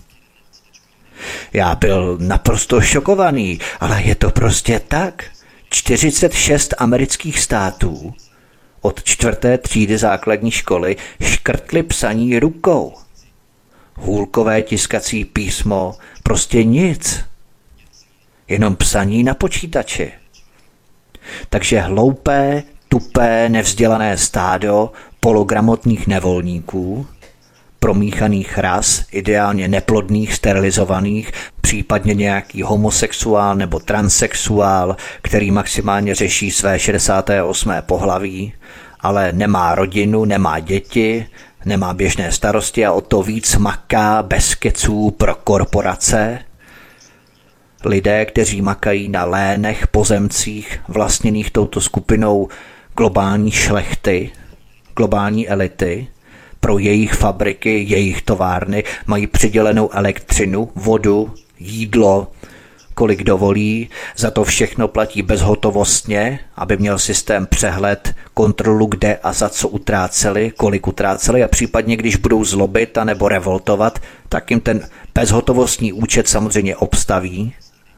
Já byl naprosto šokovaný, ale je to prostě tak. 46 amerických států od 4. třídy základní školy škrtli psaní rukou. Hůlkové tiskací písmo, prostě nic. Jenom psaní na počítači. Takže hloupé, tupé, nevzdělané stádo pologramotných nevolníků, promíchaných ras, ideálně neplodných, sterilizovaných, případně nějaký homosexuál nebo transsexuál, který maximálně řeší své 68. pohlaví, ale nemá rodinu, nemá děti, nemá běžné starosti a o to víc maká bez keců pro korporace. Lidé, kteří makají na lénech, pozemcích, vlastněných touto skupinou globální šlechty, globální elity, pro jejich fabriky, jejich továrny, mají přidělenou elektřinu, vodu, jídlo, kolik dovolí, za to všechno platí bezhotovostně, aby měl systém přehled, kontrolu, kde a za co utráceli, kolik utráceli a případně, když budou zlobit a nebo revoltovat, tak jim ten bezhotovostní účet samozřejmě obstaví,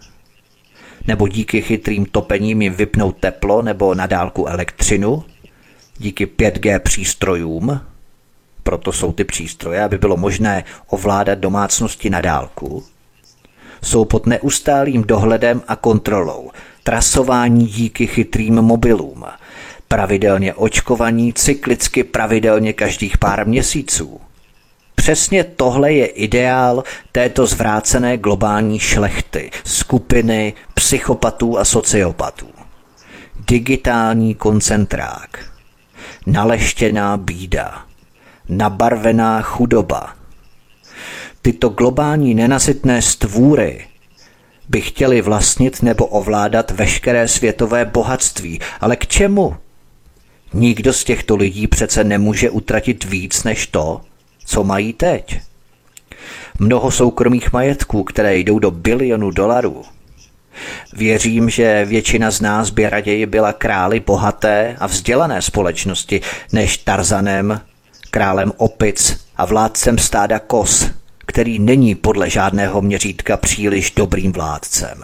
nebo díky chytrým topením jim vypnou teplo nebo na dálku elektřinu, díky 5G přístrojům, proto jsou ty přístroje, aby bylo možné ovládat domácnosti na dálku, jsou pod neustálým dohledem a kontrolou, trasování díky chytrým mobilům, pravidelně očkovaní cyklicky pravidelně každých pár měsíců. Přesně tohle je ideál této zvrácené globální šlechty, skupiny psychopatů a sociopatů. Digitální koncentrák, naleštěná bída, nabarvená chudoba. Tyto globální nenasytné stvůry by chtěli vlastnit nebo ovládat veškeré světové bohatství. Ale k čemu? Nikdo z těchto lidí přece nemůže utratit víc než to, co mají teď. Mnoho soukromých majetků, které jdou do bilionů dolarů. Věřím, že většina z nás by raději byla králi bohaté a vzdělané společnosti, než Tarzanem, králem opic a vládcem stáda koz, který není podle žádného měřítka příliš dobrým vládcem.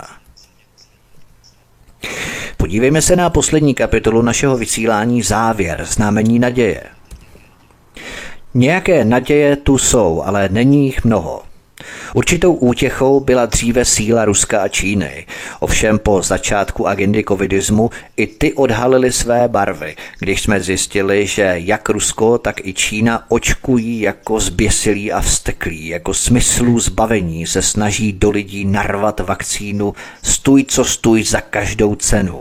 Podívejme se na poslední kapitolu našeho vysílání Závěr, znamení naděje. Nějaké naděje tu jsou, ale není jich mnoho. Určitou útěchou byla dříve síla Ruska a Číny. Ovšem po začátku agendy covidismu i ty odhalily své barvy, když jsme zjistili, že jak Rusko, tak i Čína očkují jako zběsilí a vzteklí, jako smyslů zbavení se snaží do lidí narvat vakcínu stůj co stůj za každou cenu.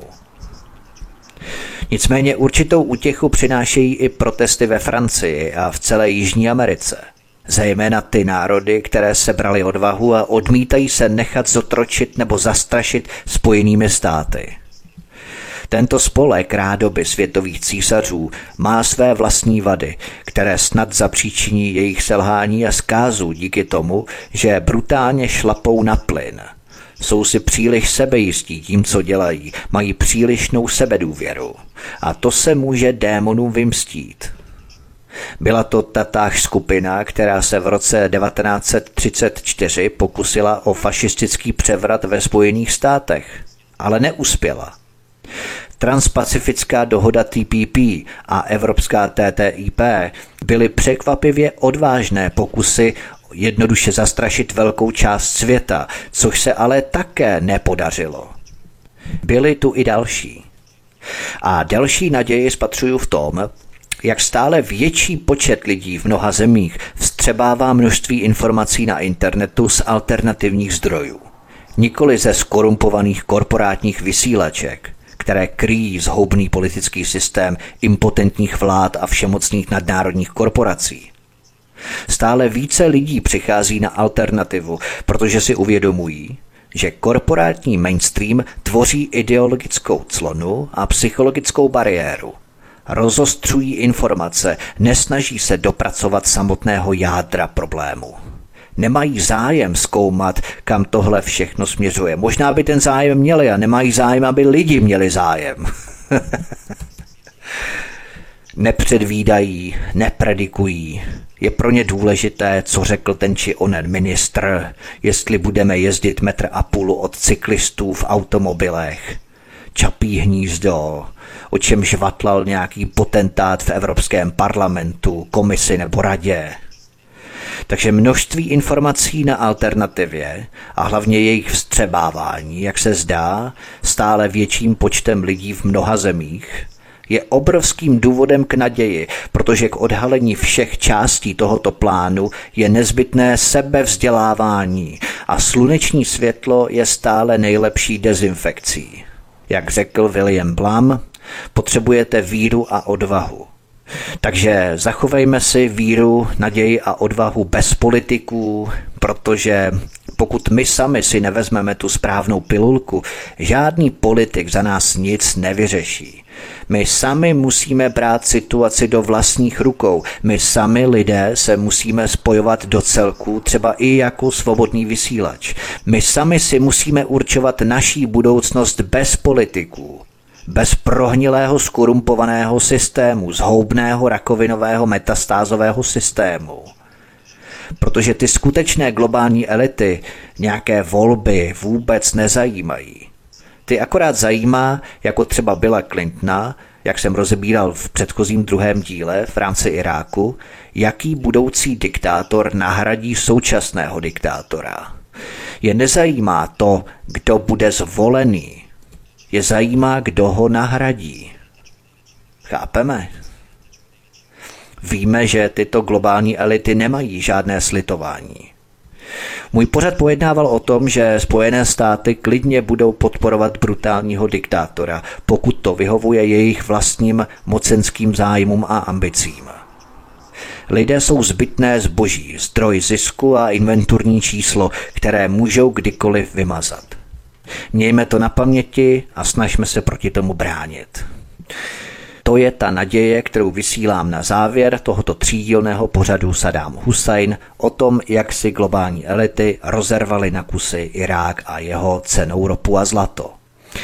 Nicméně určitou útěchu přinášejí i protesty ve Francii a v celé Jižní Americe. Zejména ty národy, které sebraly odvahu a odmítají se nechat zotročit nebo zastrašit Spojenými státy. Tento spolek rádoby světových císařů má své vlastní vady, které snad zapříčiní jejich selhání a zkázu díky tomu, že brutálně šlapou na plyn. Jsou si příliš sebejistí tím, co dělají, mají přílišnou sebedůvěru. A to se může démonům vymstít. Byla to tatáž skupina, která se v roce 1934 pokusila o fašistický převrat ve Spojených státech, ale neuspěla. Transpacifická dohoda TPP a evropská TTIP byly překvapivě odvážné pokusy jednoduše zastrašit velkou část světa, což se ale také nepodařilo. Byly tu i další. A další naději spatřuju v tom, jak stále větší počet lidí v mnoha zemích vstřebává množství informací na internetu z alternativních zdrojů. Nikoli ze skorumpovaných korporátních vysílaček, které kryjí zhoubný politický systém impotentních vlád a všemocných nadnárodních korporací. Stále více lidí přichází na alternativu, protože si uvědomují, že korporátní mainstream tvoří ideologickou clonu a psychologickou bariéru. Rozostřují informace, nesnaží se dopracovat samotného jádra problému. Nemají zájem zkoumat, kam tohle všechno směřuje. Možná by ten zájem měli a nemají zájem, aby lidi měli zájem. Nepředvídají, nepredikují. Je pro ně důležité, co řekl ten či onen ministr, jestli budeme jezdit 1,5 metru od cyklistů v automobilech. Čapí hnízdo, o čem žvatlal nějaký potentát v Evropském parlamentu, komisi nebo radě. Takže množství informací na alternativě a hlavně jejich vstřebávání, jak se zdá, stále větším počtem lidí v mnoha zemích, je obrovským důvodem k naději, protože k odhalení všech částí tohoto plánu je nezbytné sebevzdělávání a sluneční světlo je stále nejlepší dezinfekcí. Jak řekl William Blum, potřebujete víru a odvahu. Takže zachovejme si víru, naději a odvahu bez politiků, protože pokud my sami si nevezmeme tu správnou pilulku, žádný politik za nás nic nevyřeší. My sami musíme brát situaci do vlastních rukou. My sami lidé se musíme spojovat do celku, třeba i jako svobodný vysílač. My sami si musíme určovat naší budoucnost bez politiků. Bez prohnilého skorumpovaného systému, zhoubného rakovinového metastázového systému. Protože ty skutečné globální elity nějaké volby vůbec nezajímají. Ty akorát zajímá, jako třeba Billa Clintona, jak jsem rozebíral v předchozím 2. díle v rámci Iráku, jaký budoucí diktátor nahradí současného diktátora. Je nezajímá to, kdo bude zvolený. Je zajímá, kdo ho nahradí. Chápeme? Víme, že tyto globální elity nemají žádné slitování. Můj pořad pojednával o tom, že Spojené státy klidně budou podporovat brutálního diktátora, pokud to vyhovuje jejich vlastním mocenským zájmům a ambicím. Lidé jsou zbytné zboží, zdroj zisku a inventurní číslo, které můžou kdykoliv vymazat. Mějme to na paměti a snažme se proti tomu bránit. To je ta naděje, kterou vysílám na závěr tohoto 3dílného pořadu Saddám Husajn o tom, jak si globální elity rozervaly na kusy Irák a jeho cennou ropu a zlato.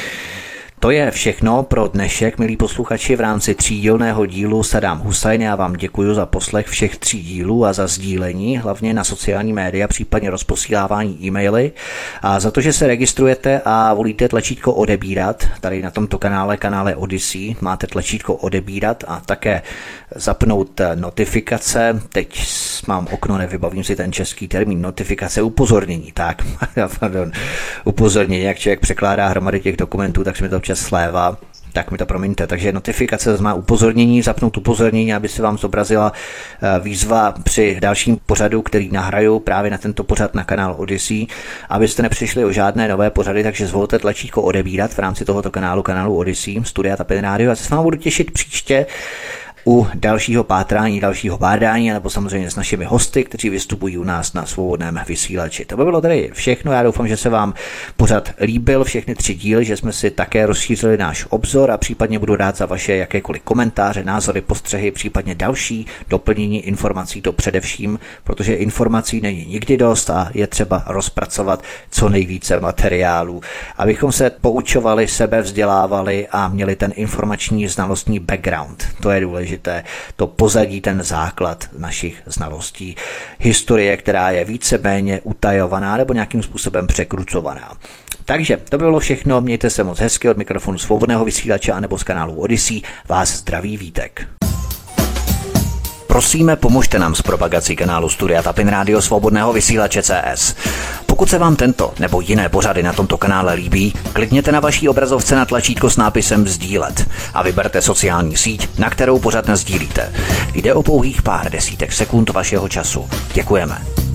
To je všechno pro dnešek, milí posluchači, v rámci 3dílného dílu Saddám Husajn. Já vám děkuji za poslech všech 3 dílů a za sdílení, hlavně na sociální média, případně rozposílávání e-maily a za to, že se registrujete a volíte tlačítko odebírat. Tady na tomto kanále Odyssey máte tlačítko odebírat a také zapnout notifikace. Teď mám okno, nevybavím si ten český termín, notifikace, upozornění, tak, pardon, upozornění, jak člověk překládá hromady těch dokumentů, tak se mi to občas slévá, tak mi to promiňte. Takže notifikace znamená upozornění, zapnout upozornění, aby se vám zobrazila výzva při dalším pořadu, který nahraju právě na tento pořad na kanál Odyssey, abyste nepřišli o žádné nové pořady, takže zvolte tlačítko odebírat v rámci tohoto kanálu Odyssey, Studia Tapin Radio a se s vámi budu těšit příště u dalšího pátrání, dalšího bádání, nebo samozřejmě s našimi hosty, kteří vystupují u nás na svobodném vysílači. To by bylo tady všechno. Já doufám, že se vám pořad líbil, všechny 3 díly, že jsme si také rozšířili náš obzor a případně budu rád za vaše jakékoliv komentáře, názory, postřehy, případně další doplnění informací, to především, protože informací není nikdy dost a je třeba rozpracovat co nejvíce materiálů, abychom se poučovali, sebevzdělávali a měli ten informační znalostní background. To je důležité. To pozadí, ten základ našich znalostí. Historie, která je víceméně utajovaná nebo nějakým způsobem překrucovaná. Takže to by bylo všechno. Mějte se moc hezky. Od mikrofonu svobodného vysílače anebo z kanálu Odyssey vás zdraví Vítek. Prosíme, pomožte nám s propagací kanálu Studia Tapin Rádio Svobodného vysílače CS. Pokud se vám tento nebo jiné pořady na tomto kanále líbí, klikněte na vaší obrazovce na tlačítko s nápisem sdílet a vyberte sociální síť, na kterou pořad nasdílíte. Jde o pouhých pár desítek sekund vašeho času. Děkujeme.